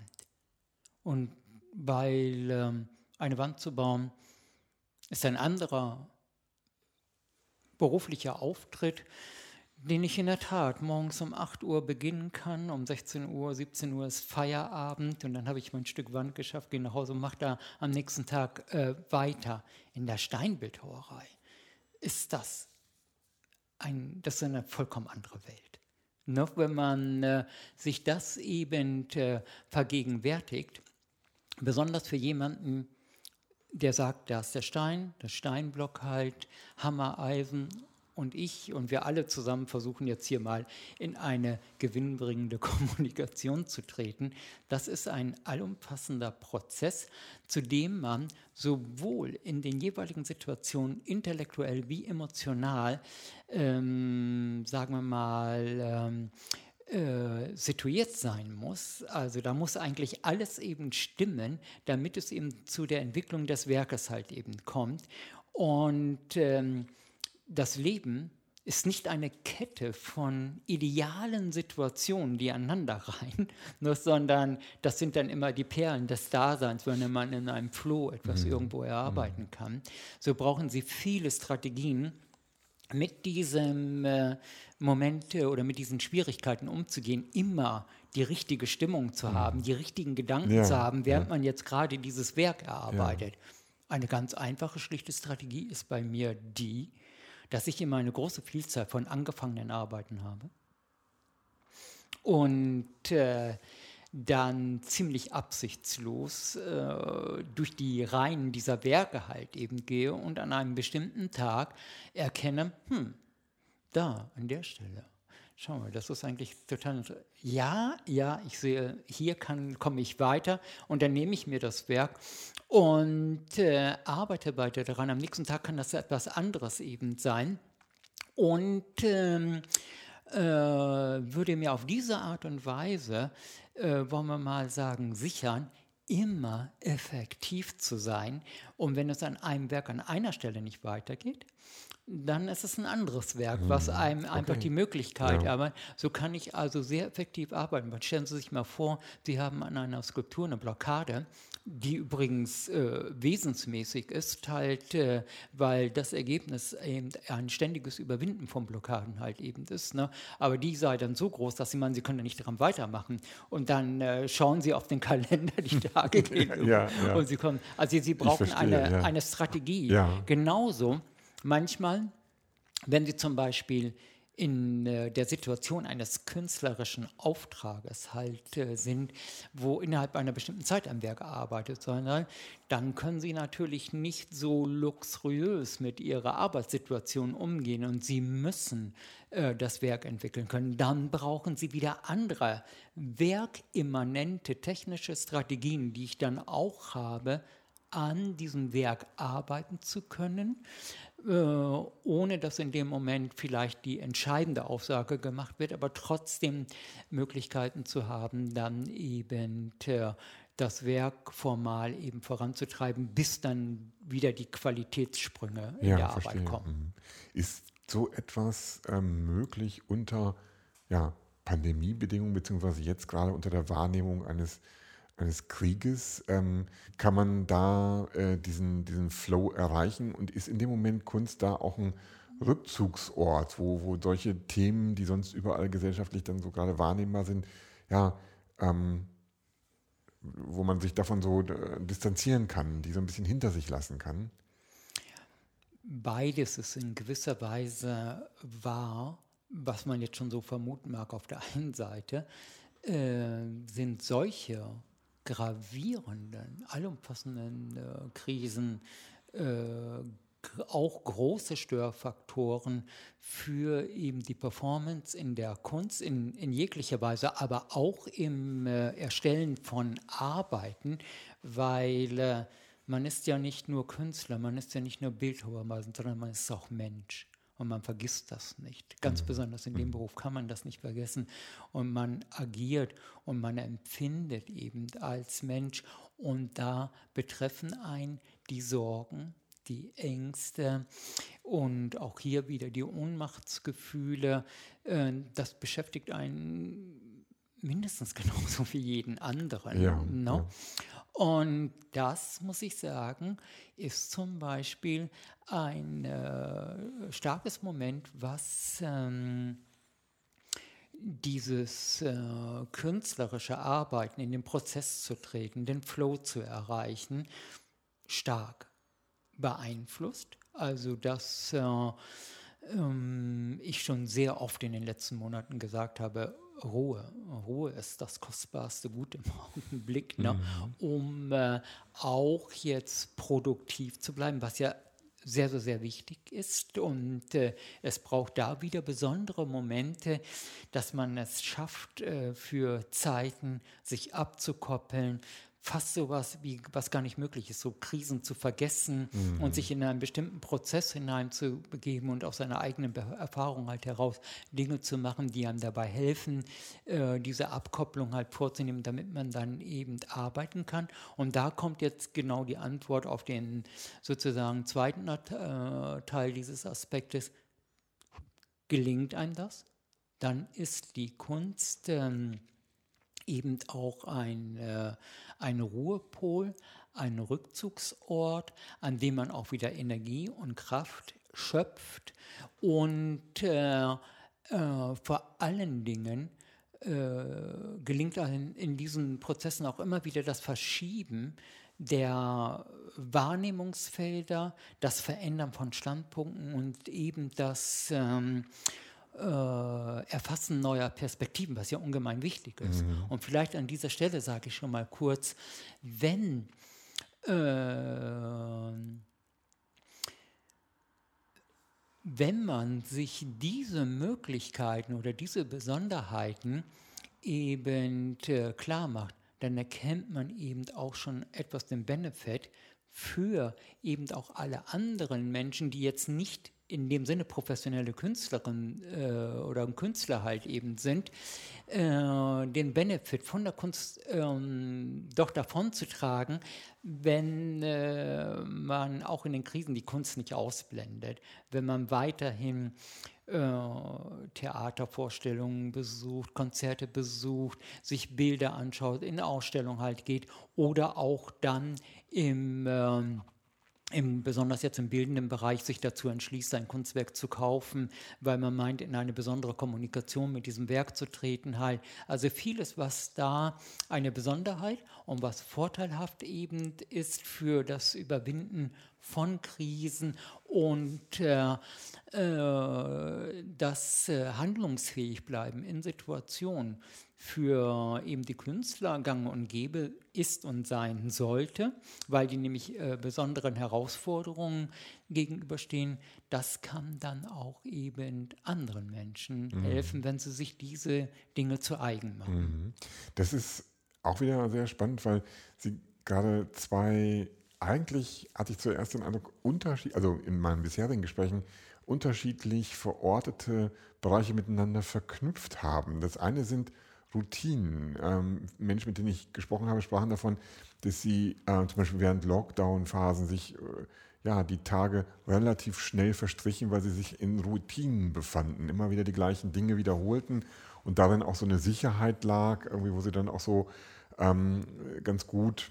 Und weil ähm, eine Wand zu bauen, ist ein anderer beruflicher Auftritt, den ich in der Tat morgens um acht Uhr beginnen kann, um sechzehn Uhr, siebzehn Uhr ist Feierabend und dann habe ich mein Stück Wand geschafft, gehe nach Hause und mache da am nächsten Tag äh, weiter. In der Steinbildhauerei ist das, ein, das ist eine vollkommen andere Welt. Noch wenn man äh, sich das eben äh, vergegenwärtigt, besonders für jemanden, der sagt, da ist der Stein, das Steinblock halt, Hammer, Eisen und ich und wir alle zusammen versuchen jetzt hier mal in eine gewinnbringende Kommunikation zu treten. Das ist ein allumfassender Prozess, zu dem man sowohl in den jeweiligen Situationen intellektuell wie emotional, ähm, sagen wir mal, ähm, Äh, situiert sein muss. Also da muss eigentlich alles eben stimmen, damit es eben zu der Entwicklung des Werkes halt eben kommt. Und ähm, das Leben ist nicht eine Kette von idealen Situationen, die aneinander reihen, nur, sondern das sind dann immer die Perlen des Daseins, wenn man in einem Flow etwas mhm. irgendwo erarbeiten kann. So brauchen Sie viele Strategien, mit diesem äh, Moment äh, oder mit diesen Schwierigkeiten umzugehen, immer die richtige Stimmung zu haben, die richtigen Gedanken ja, zu haben, während ja. man jetzt gerade dieses Werk erarbeitet. Ja. Eine ganz einfache, schlichte Strategie ist bei mir die, dass ich immer eine große Vielzahl von angefangenen Arbeiten habe und äh, dann ziemlich absichtslos äh, durch die Reihen dieser Werke halt eben gehe und an einem bestimmten Tag erkenne, hm, da, an der Stelle, schau mal, das ist eigentlich total interessant. Ja, ja, ich sehe, hier kann, komme ich weiter und dann nehme ich mir das Werk und äh, arbeite weiter daran. Am nächsten Tag kann das etwas anderes eben sein und ähm, äh, würde mir auf diese Art und Weise Äh, wollen wir mal sagen, sichern, immer effektiv zu sein. Und wenn es an einem Werk an einer Stelle nicht weitergeht, dann ist es ein anderes Werk, hm. was einem okay. einfach die Möglichkeit, ja. aber so kann ich also sehr effektiv arbeiten. Aber stellen Sie sich mal vor, Sie haben an einer Skulptur eine Blockade, die übrigens äh, wesensmäßig ist, halt, äh, weil das Ergebnis eben ein ständiges Überwinden von Blockaden halt eben ist. Ne? Aber die sei dann so groß, dass Sie meinen, Sie können nicht daran weitermachen. Und dann äh, schauen Sie auf den Kalender, die Tage gehen. ja, ja. Und Sie kommen, also Sie brauchen verstehe, eine, ja. eine Strategie. Ja. Genauso manchmal, wenn Sie zum Beispiel in äh, der Situation eines künstlerischen Auftrages halt äh, sind, wo innerhalb einer bestimmten Zeit am Werk gearbeitet soll, dann können Sie natürlich nicht so luxuriös mit Ihrer Arbeitssituation umgehen und Sie müssen äh, das Werk entwickeln können. Dann brauchen Sie wieder andere werkimmanente technische Strategien, die ich dann auch habe, an diesem Werk arbeiten zu können, äh, ohne dass in dem Moment vielleicht die entscheidende Aussage gemacht wird, aber trotzdem Möglichkeiten zu haben, dann eben äh, das Werk formal eben voranzutreiben, bis dann wieder die Qualitätssprünge in ja, der verstehe. Arbeit kommen. Ist so etwas ähm, möglich unter ja, Pandemiebedingungen, beziehungsweise jetzt gerade unter der Wahrnehmung eines eines Krieges, ähm, kann man da äh, diesen, diesen Flow erreichen und ist in dem Moment Kunst da auch ein Rückzugsort, wo, wo solche Themen, die sonst überall gesellschaftlich dann so gerade wahrnehmbar sind, ja, ähm, wo man sich davon so äh, distanzieren kann, die so ein bisschen hinter sich lassen kann? Beides ist in gewisser Weise wahr, was man jetzt schon so vermuten mag. Auf der einen Seite äh, sind solche gravierenden, allumfassenden äh, Krisen äh, g- auch große Störfaktoren für eben die Performance in der Kunst in, in jeglicher Weise, aber auch im äh, Erstellen von Arbeiten, weil äh, man ist ja nicht nur Künstler, man ist ja nicht nur Bildhauer, sondern man ist auch Mensch. Und man vergisst das nicht. Ganz mhm. besonders in dem Beruf kann man das nicht vergessen. Und man agiert und man empfindet eben als Mensch. Und da betreffen einen die Sorgen, die Ängste und auch hier wieder die Ohnmachtsgefühle. Das beschäftigt einen mindestens genauso wie jeden anderen. Ja, no? ja. Und das, muss ich sagen, ist zum Beispiel ein äh, starkes Moment, was ähm, dieses äh, künstlerische Arbeiten, in den Prozess zu treten, den Flow zu erreichen, stark beeinflusst. Also dass äh, ähm, ich schon sehr oft in den letzten Monaten gesagt habe, Ruhe, Ruhe ist das kostbarste Gut im Augenblick, ne? Mhm. um äh, auch jetzt produktiv zu bleiben, was ja sehr, sehr, sehr wichtig ist. Und äh, es braucht da wieder besondere Momente, dass man es schafft, äh, für Zeiten sich abzukoppeln, fast sowas wie, was gar nicht möglich ist, so Krisen zu vergessen und sich in einen bestimmten Prozess hineinzubegeben und aus seiner eigenen Be- Erfahrung halt heraus Dinge zu machen, die einem dabei helfen, äh, diese Abkopplung halt vorzunehmen, damit man dann eben arbeiten kann. Und da kommt jetzt genau die Antwort auf den sozusagen zweiten äh, Teil dieses Aspektes. Gelingt einem das? Dann ist die Kunst ähm, eben auch ein, äh, ein Ruhepol, ein Rückzugsort, an dem man auch wieder Energie und Kraft schöpft und äh, äh, vor allen Dingen äh, gelingt in, in diesen Prozessen auch immer wieder das Verschieben der Wahrnehmungsfelder, das Verändern von Standpunkten und eben das ähm, äh, Erfassen neuer Perspektiven, was ja ungemein wichtig ist. Mhm. Und vielleicht an dieser Stelle sage ich schon mal kurz, wenn äh, wenn man sich diese Möglichkeiten oder diese Besonderheiten eben äh, klar macht, dann erkennt man eben auch schon etwas den Benefit für eben auch alle anderen Menschen, die jetzt nicht in dem Sinne professionelle Künstlerin äh, oder ein Künstler halt eben sind, äh, den Benefit von der Kunst ähm, doch davon zu tragen, wenn äh, man auch in den Krisen die Kunst nicht ausblendet, wenn man weiterhin äh, Theatervorstellungen besucht, Konzerte besucht, sich Bilder anschaut, in Ausstellungen halt geht oder auch dann im ähm, Im, besonders jetzt im bildenden Bereich sich dazu entschließt, ein Kunstwerk zu kaufen, weil man meint, in eine besondere Kommunikation mit diesem Werk zu treten. Halt. Also vieles, was da eine Besonderheit und was vorteilhaft eben ist für das Überwinden von Krisen und äh, äh, das äh, handlungsfähig bleiben in Situationen für eben die Künstler gang und gäbe ist und sein sollte, weil die nämlich äh, besonderen Herausforderungen gegenüberstehen. Das kann dann auch eben anderen Menschen Mhm. helfen, wenn sie sich diese Dinge zu eigen machen. Mhm. Das ist auch wieder sehr spannend, weil Sie gerade zwei, eigentlich hatte ich zuerst den Eindruck, Unterschied, also in meinen bisherigen Gesprächen, unterschiedlich verortete Bereiche miteinander verknüpft haben. Das eine sind Routinen. Ähm, Menschen, mit denen ich gesprochen habe, sprachen davon, dass sie äh, zum Beispiel während Lockdown-Phasen sich äh, ja, die Tage relativ schnell verstrichen, weil sie sich in Routinen befanden, immer wieder die gleichen Dinge wiederholten und darin auch so eine Sicherheit lag, irgendwie, wo sie dann auch so ähm, ganz gut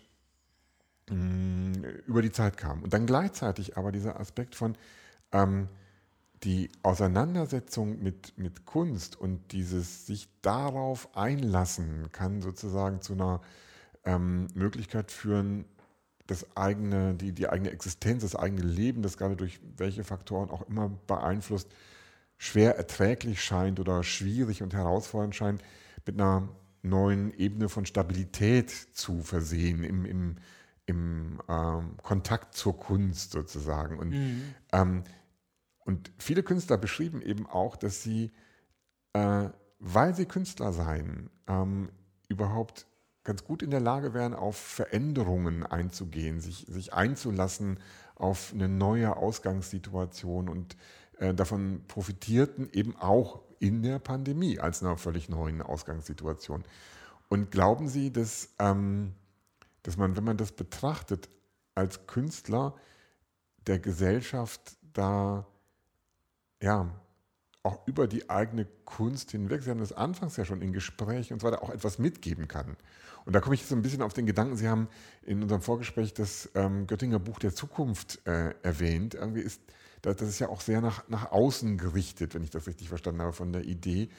mh, über die Zeit kamen. Und dann gleichzeitig aber dieser Aspekt von ähm, die Auseinandersetzung mit, mit Kunst und dieses sich darauf einlassen kann sozusagen zu einer ähm, Möglichkeit führen, das eigene, die, die eigene Existenz, das eigene Leben, das gerade durch welche Faktoren auch immer beeinflusst, schwer erträglich scheint oder schwierig und herausfordernd scheint, mit einer neuen Ebene von Stabilität zu versehen im, im, im ähm, Kontakt zur Kunst sozusagen. Und Mhm. ähm, Und viele Künstler beschrieben eben auch, dass sie, äh, weil sie Künstler seien, ähm, überhaupt ganz gut in der Lage wären, auf Veränderungen einzugehen, sich, sich einzulassen auf eine neue Ausgangssituation und äh, davon profitierten eben auch in der Pandemie als einer völlig neuen Ausgangssituation. Und glauben Sie, dass, ähm, dass man, wenn man das betrachtet, als Künstler der Gesellschaft da ja, auch über die eigene Kunst hinweg, Sie haben das anfangs ja schon in Gesprächen und so weiter, auch etwas mitgeben kann. Und da komme ich jetzt so ein bisschen auf den Gedanken, Sie haben in unserem Vorgespräch das ähm, Göttinger Buch der Zukunft äh, erwähnt. Irgendwie ist, das ist ja auch sehr nach, nach außen gerichtet, wenn ich das richtig verstanden habe, von der Idee,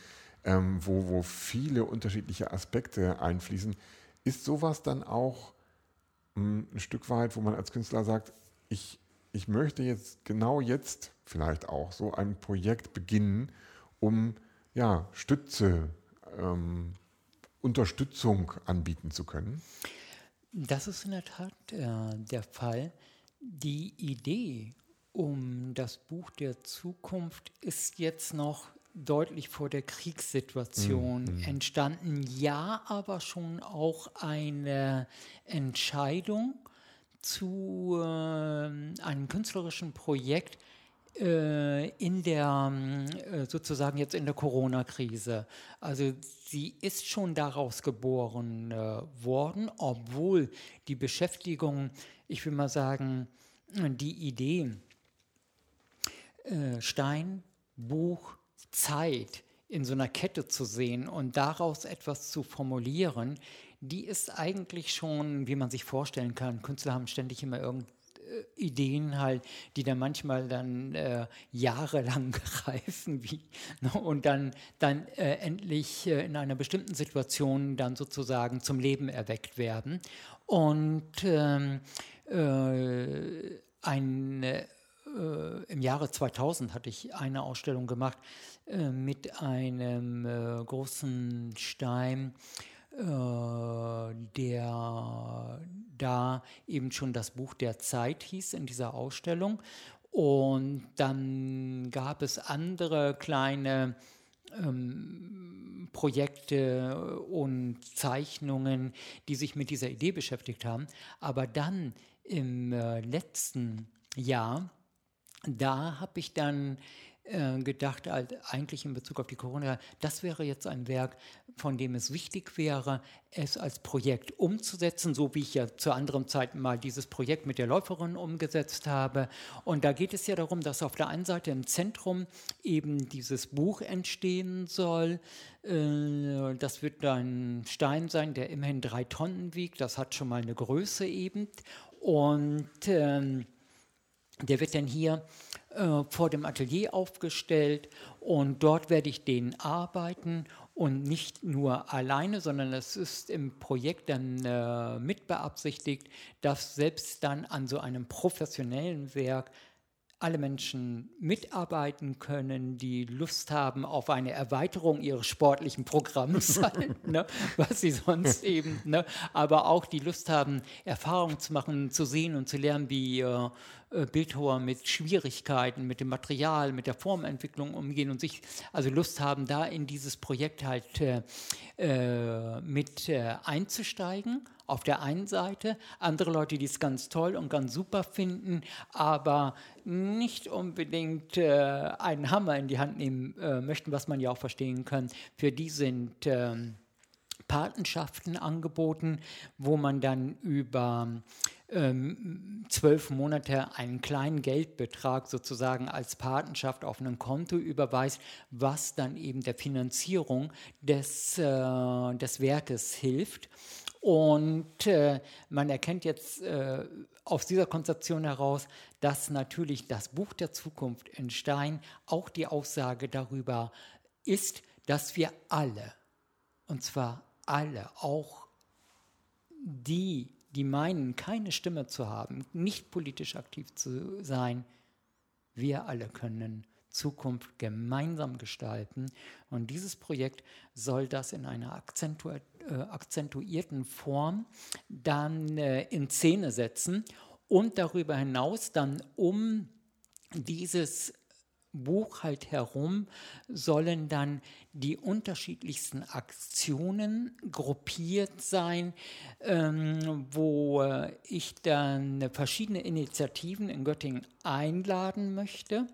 ähm, wo, wo viele unterschiedliche Aspekte einfließen. Ist sowas dann auch mh, ein Stück weit, wo man als Künstler sagt, ich, ich möchte jetzt genau jetzt vielleicht auch so ein Projekt beginnen, um ja, Stütze, ähm, Unterstützung anbieten zu können? Das ist in der Tat äh, der Fall. Die Idee um das Buch der Zukunft ist jetzt noch deutlich vor der Kriegssituation Mhm. entstanden. Ja, aber schon auch eine Entscheidung zu äh, einem künstlerischen Projekt äh, in der äh, sozusagen jetzt in der Corona-Krise. Also sie ist schon daraus geboren äh, worden, obwohl die Beschäftigung, ich will mal sagen, die Idee äh, Stein, Buch, Zeit in so einer Kette zu sehen und daraus etwas zu formulieren, die ist eigentlich schon, wie man sich vorstellen kann. Künstler haben ständig immer irgend äh, Ideen halt, die dann manchmal dann äh, jahrelang greifen wie, ne, und dann, dann äh, endlich äh, in einer bestimmten Situation dann sozusagen zum Leben erweckt werden. Und ähm, äh, ein äh, im Jahre zweitausend hatte ich eine Ausstellung gemacht äh, mit einem äh, großen Stein, äh, der da eben schon das Buch der Zeit hieß in dieser Ausstellung. Und dann gab es andere kleine ähm, Projekte und Zeichnungen, die sich mit dieser Idee beschäftigt haben. Aber dann im äh, letzten Jahr, da habe ich dann äh, gedacht, halt, eigentlich in Bezug auf die Corona, das wäre jetzt ein Werk, von dem es wichtig wäre, es als Projekt umzusetzen, so wie ich ja zu anderen Zeiten mal dieses Projekt mit der Läuferin umgesetzt habe. Und da geht es ja darum, dass auf der einen Seite im Zentrum eben dieses Buch entstehen soll. Äh, das wird ein Stein sein, der immerhin drei Tonnen wiegt. Das hat schon mal eine Größe eben. Und ähm, der wird dann hier äh, vor dem Atelier aufgestellt und dort werde ich den arbeiten und nicht nur alleine, sondern es ist im Projekt dann äh, mit beabsichtigt, dass selbst dann an so einem professionellen Werk alle Menschen mitarbeiten können, die Lust haben auf eine Erweiterung ihres sportlichen Programms, halt, ne, was sie sonst eben, ne, aber auch die Lust haben, Erfahrungen zu machen, zu sehen und zu lernen, wie äh, Bildhauer mit Schwierigkeiten, mit dem Material, mit der Formentwicklung umgehen und sich also Lust haben, da in dieses Projekt halt äh, äh, mit äh, einzusteigen. Auf der einen Seite, andere Leute, die es ganz toll und ganz super finden, aber nicht unbedingt äh, einen Hammer in die Hand nehmen äh, möchten, was man ja auch verstehen kann. Für die sind äh, Patenschaften angeboten, wo man dann über ähm, zwölf Monate einen kleinen Geldbetrag sozusagen als Patenschaft auf ein Konto überweist, was dann eben der Finanzierung des, äh, des Werkes hilft. Und äh, man erkennt jetzt äh, aus dieser Konzeption heraus, dass natürlich das Buch der Zukunft in Stein auch die Aussage darüber ist, dass wir alle, und zwar alle, auch die, die meinen, keine Stimme zu haben, nicht politisch aktiv zu sein, wir alle können Zukunft gemeinsam gestalten. Und dieses Projekt soll das in einer akzentu äh, akzentuierten Form dann äh, in Szene setzen und darüber hinaus dann um dieses Buch halt herum sollen dann die unterschiedlichsten Aktionen gruppiert sein, ähm, wo äh, ich dann verschiedene Initiativen in Göttingen einladen möchte,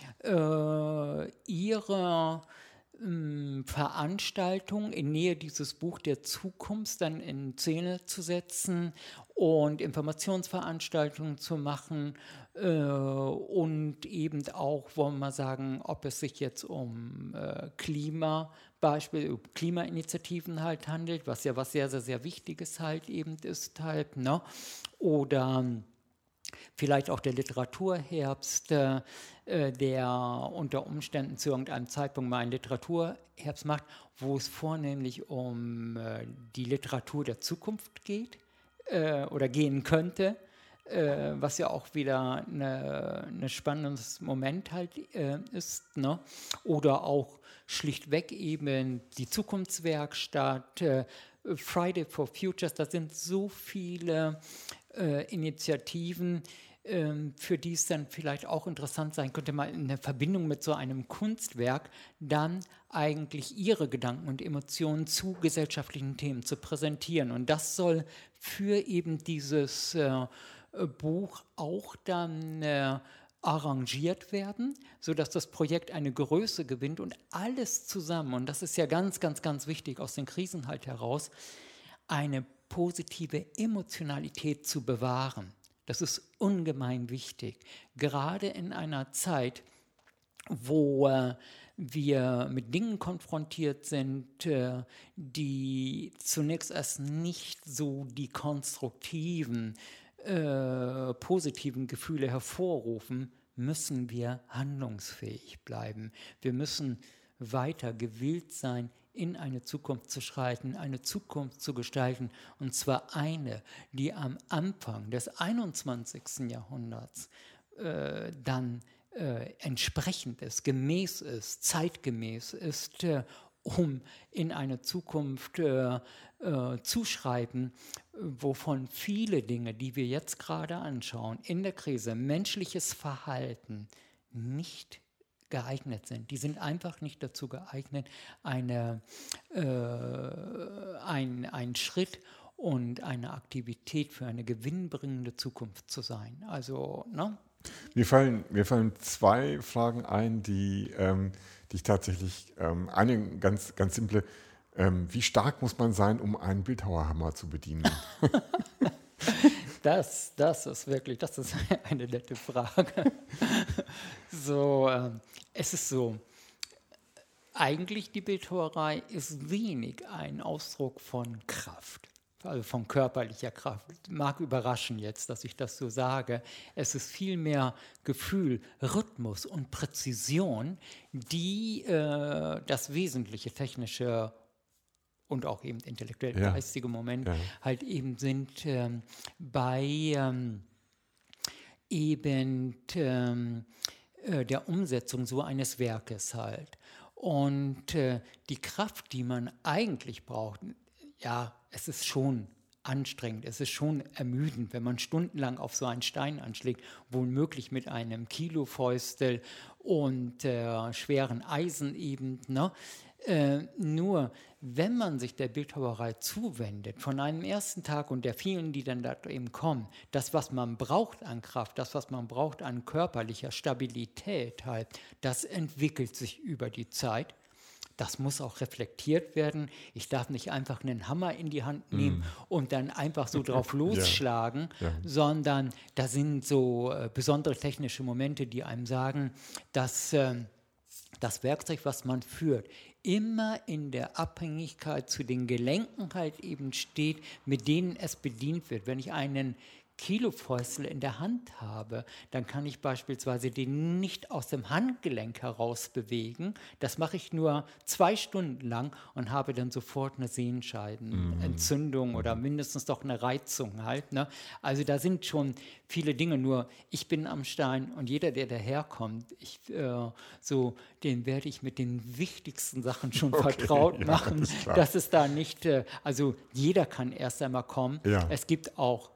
äh, ihre ähm, Veranstaltung in Nähe dieses Buch der Zukunft dann in Szene zu setzen und Informationsveranstaltungen zu machen äh, und eben auch, wollen wir sagen, ob es sich jetzt um äh, Klima, Beispiel Klimainitiativen halt handelt, was ja was sehr, sehr, sehr Wichtiges halt eben ist halt, ne? Oder vielleicht auch der Literaturherbst, äh, der unter Umständen zu irgendeinem Zeitpunkt mal einen Literaturherbst macht, wo es vornehmlich um äh, die Literatur der Zukunft geht äh, oder gehen könnte, äh, was ja auch wieder ein spannendes Moment halt äh, ist, ne? Oder auch schlichtweg eben die Zukunftswerkstatt, äh, Friday for Futures, da sind so viele äh, Initiativen, äh, für die es dann vielleicht auch interessant sein könnte, mal in der Verbindung mit so einem Kunstwerk dann eigentlich ihre Gedanken und Emotionen zu gesellschaftlichen Themen zu präsentieren. Und das soll für eben dieses äh, Buch auch dann äh, arrangiert werden, sodass das Projekt eine Größe gewinnt und alles zusammen, und das ist ja ganz, ganz, ganz wichtig aus den Krisen halt heraus, eine positive Emotionalität zu bewahren. Das ist ungemein wichtig, gerade in einer Zeit, wo äh, wir mit Dingen konfrontiert sind, äh, die zunächst erst nicht so die konstruktiven, äh, positiven Gefühle hervorrufen, müssen wir handlungsfähig bleiben. Wir müssen weiter gewillt sein, in eine Zukunft zu schreiten, eine Zukunft zu gestalten, und zwar eine, die am Anfang des einundzwanzigsten Jahrhunderts äh, dann äh, entsprechend ist, gemäß ist, zeitgemäß ist, äh, um in eine Zukunft äh, äh, zu schreiten, wovon viele Dinge, die wir jetzt gerade anschauen, in der Krise, menschliches Verhalten, nicht geeignet sind. Die sind einfach nicht dazu geeignet, eine, äh, ein, ein Schritt und eine Aktivität für eine gewinnbringende Zukunft zu sein. Also, ne? Mir fallen, mir fallen zwei Fragen ein, die, ähm, die ich tatsächlich, ähm, eine ganz, ganz simple, ähm, wie stark muss man sein, um einen Bildhauerhammer zu bedienen? Das, das ist wirklich, das ist eine nette Frage. So, äh, es ist so, eigentlich die Bildhauerei ist wenig ein Ausdruck von Kraft, also von körperlicher Kraft. Mag überraschen jetzt, dass ich das so sage. Es ist vielmehr Gefühl, Rhythmus und Präzision, die äh, das wesentliche technische und auch eben intellektuell Ja. geistige Moment Ja. halt eben sind ähm, bei ähm, eben ähm, äh, der Umsetzung so eines Werkes halt. Und äh, die Kraft, die man eigentlich braucht, ja, es ist schon anstrengend, es ist schon ermüdend, wenn man stundenlang auf so einen Stein anschlägt, womöglich mit einem Kilofäustel und äh, schweren Eisen eben, ne? Äh, nur, wenn man sich der Bildhauerei zuwendet, von einem ersten Tag und der vielen, die dann da eben kommen, das, was man braucht an Kraft, das, was man braucht an körperlicher Stabilität halt, das entwickelt sich über die Zeit. Das muss auch reflektiert werden. Ich darf nicht einfach einen Hammer in die Hand nehmen mm. und dann einfach so drauf losschlagen, ja. Ja. sondern da sind so äh, besondere technische Momente, die einem sagen, dass äh, das Werkzeug, was man führt, immer in der Abhängigkeit zu den Gelenken halt eben steht, mit denen es bedient wird. Wenn ich einen Kilofäustel in der Hand habe, dann kann ich beispielsweise den nicht aus dem Handgelenk heraus bewegen. Das mache ich nur zwei Stunden lang und habe dann sofort eine Sehenscheidenentzündung mm. oder mindestens doch eine Reizung halt. Ne? Also da sind schon viele Dinge, nur ich bin am Stein und jeder, der daherkommt, ich, äh, so, den werde ich mit den wichtigsten Sachen schon okay, vertraut ja, machen. Das dass es da nicht, äh, also jeder kann erst einmal kommen. Ja. Es gibt auch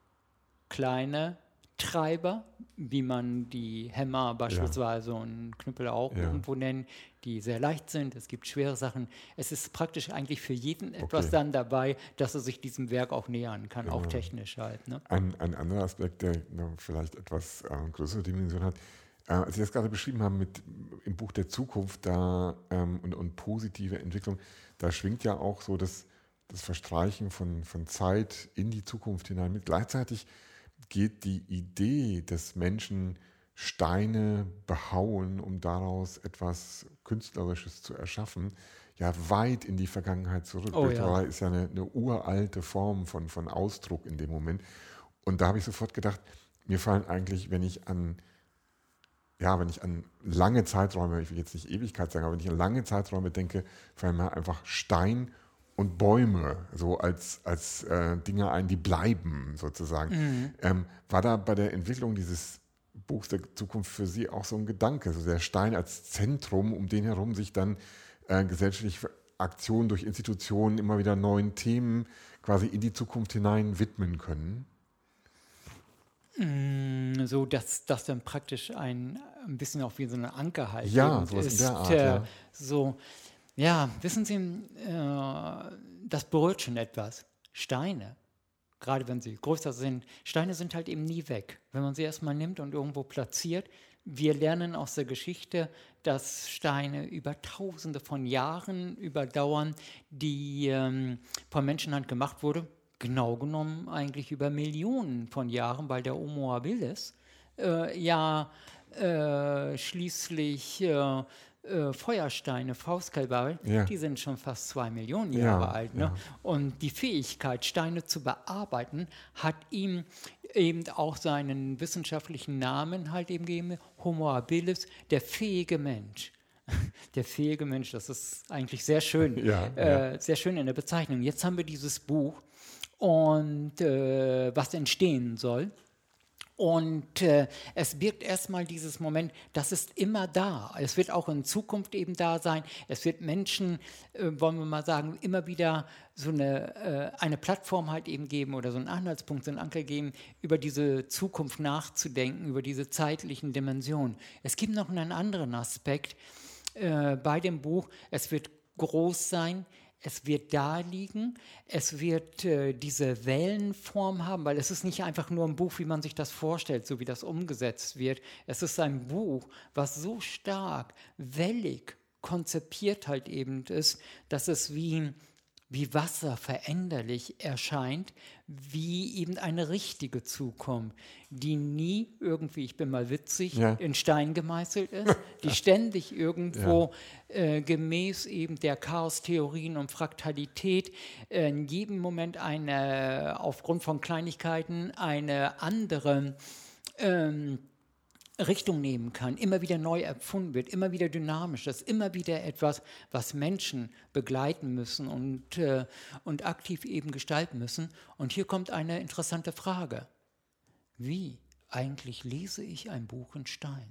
kleine Treiber, wie man die Hämmer beispielsweise ja. und Knüppel auch ja. irgendwo nennen, die sehr leicht sind. Es gibt schwere Sachen. Es ist praktisch eigentlich für jeden okay. etwas dann dabei, dass er sich diesem Werk auch nähern kann, genau. auch technisch halt. Ne? Ein, ein anderer Aspekt, der vielleicht etwas äh, größere Dimension hat, äh, als Sie das gerade beschrieben haben mit im Buch der Zukunft da ähm, und, und positive Entwicklung, da schwingt ja auch so das, das Verstreichen von, von Zeit in die Zukunft hinein mit. Gleichzeitig geht die Idee des Menschen Steine behauen, um daraus etwas Künstlerisches zu erschaffen, ja weit in die Vergangenheit zurück. Oh, Bildhauerei ja. ist ja eine, eine uralte Form von, von Ausdruck in dem Moment. Und da habe ich sofort gedacht, mir fallen eigentlich, wenn ich an, ja, wenn ich an lange Zeiträume, ich will jetzt nicht Ewigkeit sagen, aber wenn ich an lange Zeiträume denke, fallen mir einfach Stein und Bäume so als, als äh, Dinge ein, die bleiben sozusagen. Mhm. Ähm, war da bei der Entwicklung dieses Buchs der Zukunft für Sie auch so ein Gedanke, so der Stein als Zentrum, um den herum sich dann äh, gesellschaftliche Aktionen durch Institutionen immer wieder neuen Themen quasi in die Zukunft hinein widmen können? Mm, So, dass das dann praktisch ein, ein bisschen auch wie so eine Anker halt Ja, eben sowas in ist. der Art, äh, ja. So, ja, wissen Sie, äh, das berührt schon etwas. Steine, gerade wenn sie größer sind, Steine sind halt eben nie weg. Wenn man sie erstmal nimmt und irgendwo platziert, wir lernen aus der Geschichte, dass Steine über Tausende von Jahren überdauern, die ähm, von Menschenhand gemacht wurde. Genau genommen eigentlich über Millionen von Jahren, weil der Homo habilis äh, ja äh, schließlich äh, äh, Feuersteine, Faustkeilbarren, Ja, die sind schon fast zwei Millionen Jahre ja, alt. Ne? ja. Und die Fähigkeit, Steine zu bearbeiten, hat ihm eben auch seinen wissenschaftlichen Namen halt eben gegeben, Homo habilis, der fähige Mensch. Der fähige Mensch, das ist eigentlich sehr schön, Ja, ja. äh, sehr schön in der Bezeichnung. Jetzt haben wir dieses Buch und äh, was entstehen soll. Und äh, es birgt erstmal dieses Moment, das ist immer da. Es wird auch in Zukunft eben da sein. Es wird Menschen, äh, wollen wir mal sagen, immer wieder so eine, äh, eine Plattform halt eben geben oder so einen Anhaltspunkt, so einen Anker geben, über diese Zukunft nachzudenken, über diese zeitlichen Dimensionen. Es gibt noch einen anderen Aspekt äh, bei dem Buch. Es wird groß sein. Es wird da liegen, es wird äh, diese Wellenform haben, weil es ist nicht einfach nur ein Buch, wie man sich das vorstellt, so wie das umgesetzt wird. Es ist ein Buch, was so stark wellig konzipiert halt eben ist, dass es wie, wie Wasser veränderlich erscheint, wie eben eine richtige Zukunft, die nie irgendwie, ich bin mal witzig, Ja. in Stein gemeißelt ist, die ständig irgendwo äh, gemäß eben der Chaostheorien und Fraktalität äh, in jedem Moment eine, aufgrund von Kleinigkeiten, eine andere ähm, Richtung nehmen kann, immer wieder neu erfunden wird, immer wieder dynamisch ist, immer wieder etwas, was Menschen begleiten müssen und, äh, und aktiv eben gestalten müssen. Und hier kommt eine interessante Frage. Wie eigentlich lese ich ein Buch in Stein?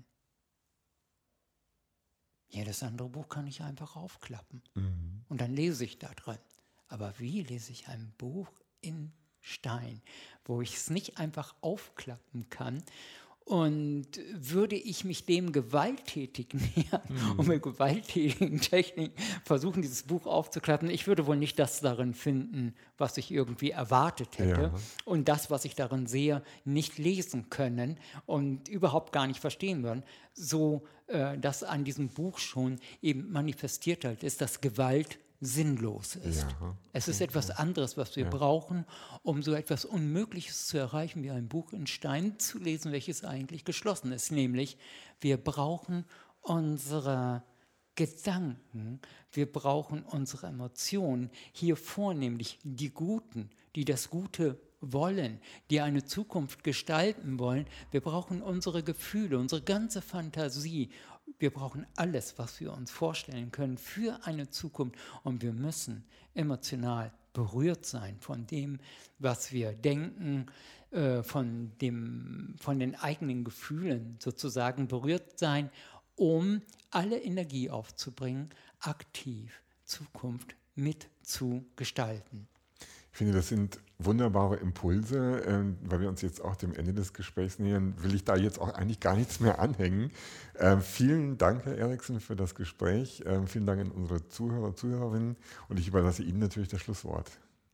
Jedes andere Buch kann ich einfach aufklappen Mhm. und dann lese ich da drin. Aber wie lese ich ein Buch in Stein, wo ich es nicht einfach aufklappen kann? Und würde ich mich dem gewalttätig nähern Mhm. und mit gewalttätigen Techniken versuchen, dieses Buch aufzuklappen, ich würde wohl nicht das darin finden, was ich irgendwie erwartet hätte Ja. und das, was ich darin sehe, nicht lesen können und überhaupt gar nicht verstehen würden, so äh, dass an diesem Buch schon eben manifestiert halt ist, dass Gewalt sinnlos ist. Ja. Es ist etwas anderes, was wir Ja. brauchen, um so etwas Unmögliches zu erreichen, wie ein Buch in Stein zu lesen, welches eigentlich geschlossen ist. Nämlich, wir brauchen unsere Gedanken, wir brauchen unsere Emotionen, hier vornehmlich die Guten, die das Gute wollen, die eine Zukunft gestalten wollen. Wir brauchen unsere Gefühle, unsere ganze Fantasie. Wir brauchen alles, was wir uns vorstellen können für eine Zukunft. Und wir müssen emotional berührt sein von dem, was wir denken, äh, von, dem, von den eigenen Gefühlen sozusagen berührt sein, um alle Energie aufzubringen, aktiv Zukunft mitzugestalten. Ich finde, das sind wunderbare Impulse. Ähm, weil wir uns jetzt auch dem Ende des Gesprächs nähern, will ich da jetzt auch eigentlich gar nichts mehr anhängen. Ähm, vielen Dank, Herr Eriksen, für das Gespräch. Ähm, vielen Dank an unsere Zuhörer und Zuhörerinnen. Und ich überlasse Ihnen natürlich das Schlusswort.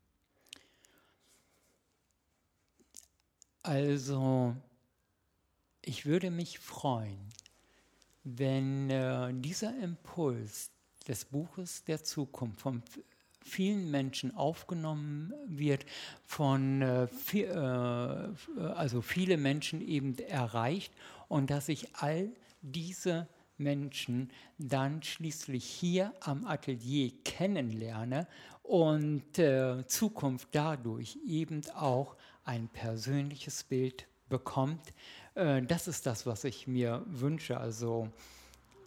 Also, ich würde mich freuen, wenn äh, dieser Impuls des Buches der Zukunft von vielen Menschen aufgenommen wird, von äh, vi- äh, also viele Menschen eben erreicht und dass ich all diese Menschen dann schließlich hier am Atelier kennenlerne und äh, Zukunft dadurch eben auch ein persönliches Bild bekommt. Äh, das ist das, was ich mir wünsche. Also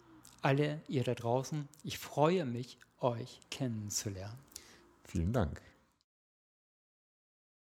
alle ihr da draußen, ich freue mich, euch kennenzulernen. Vielen Dank.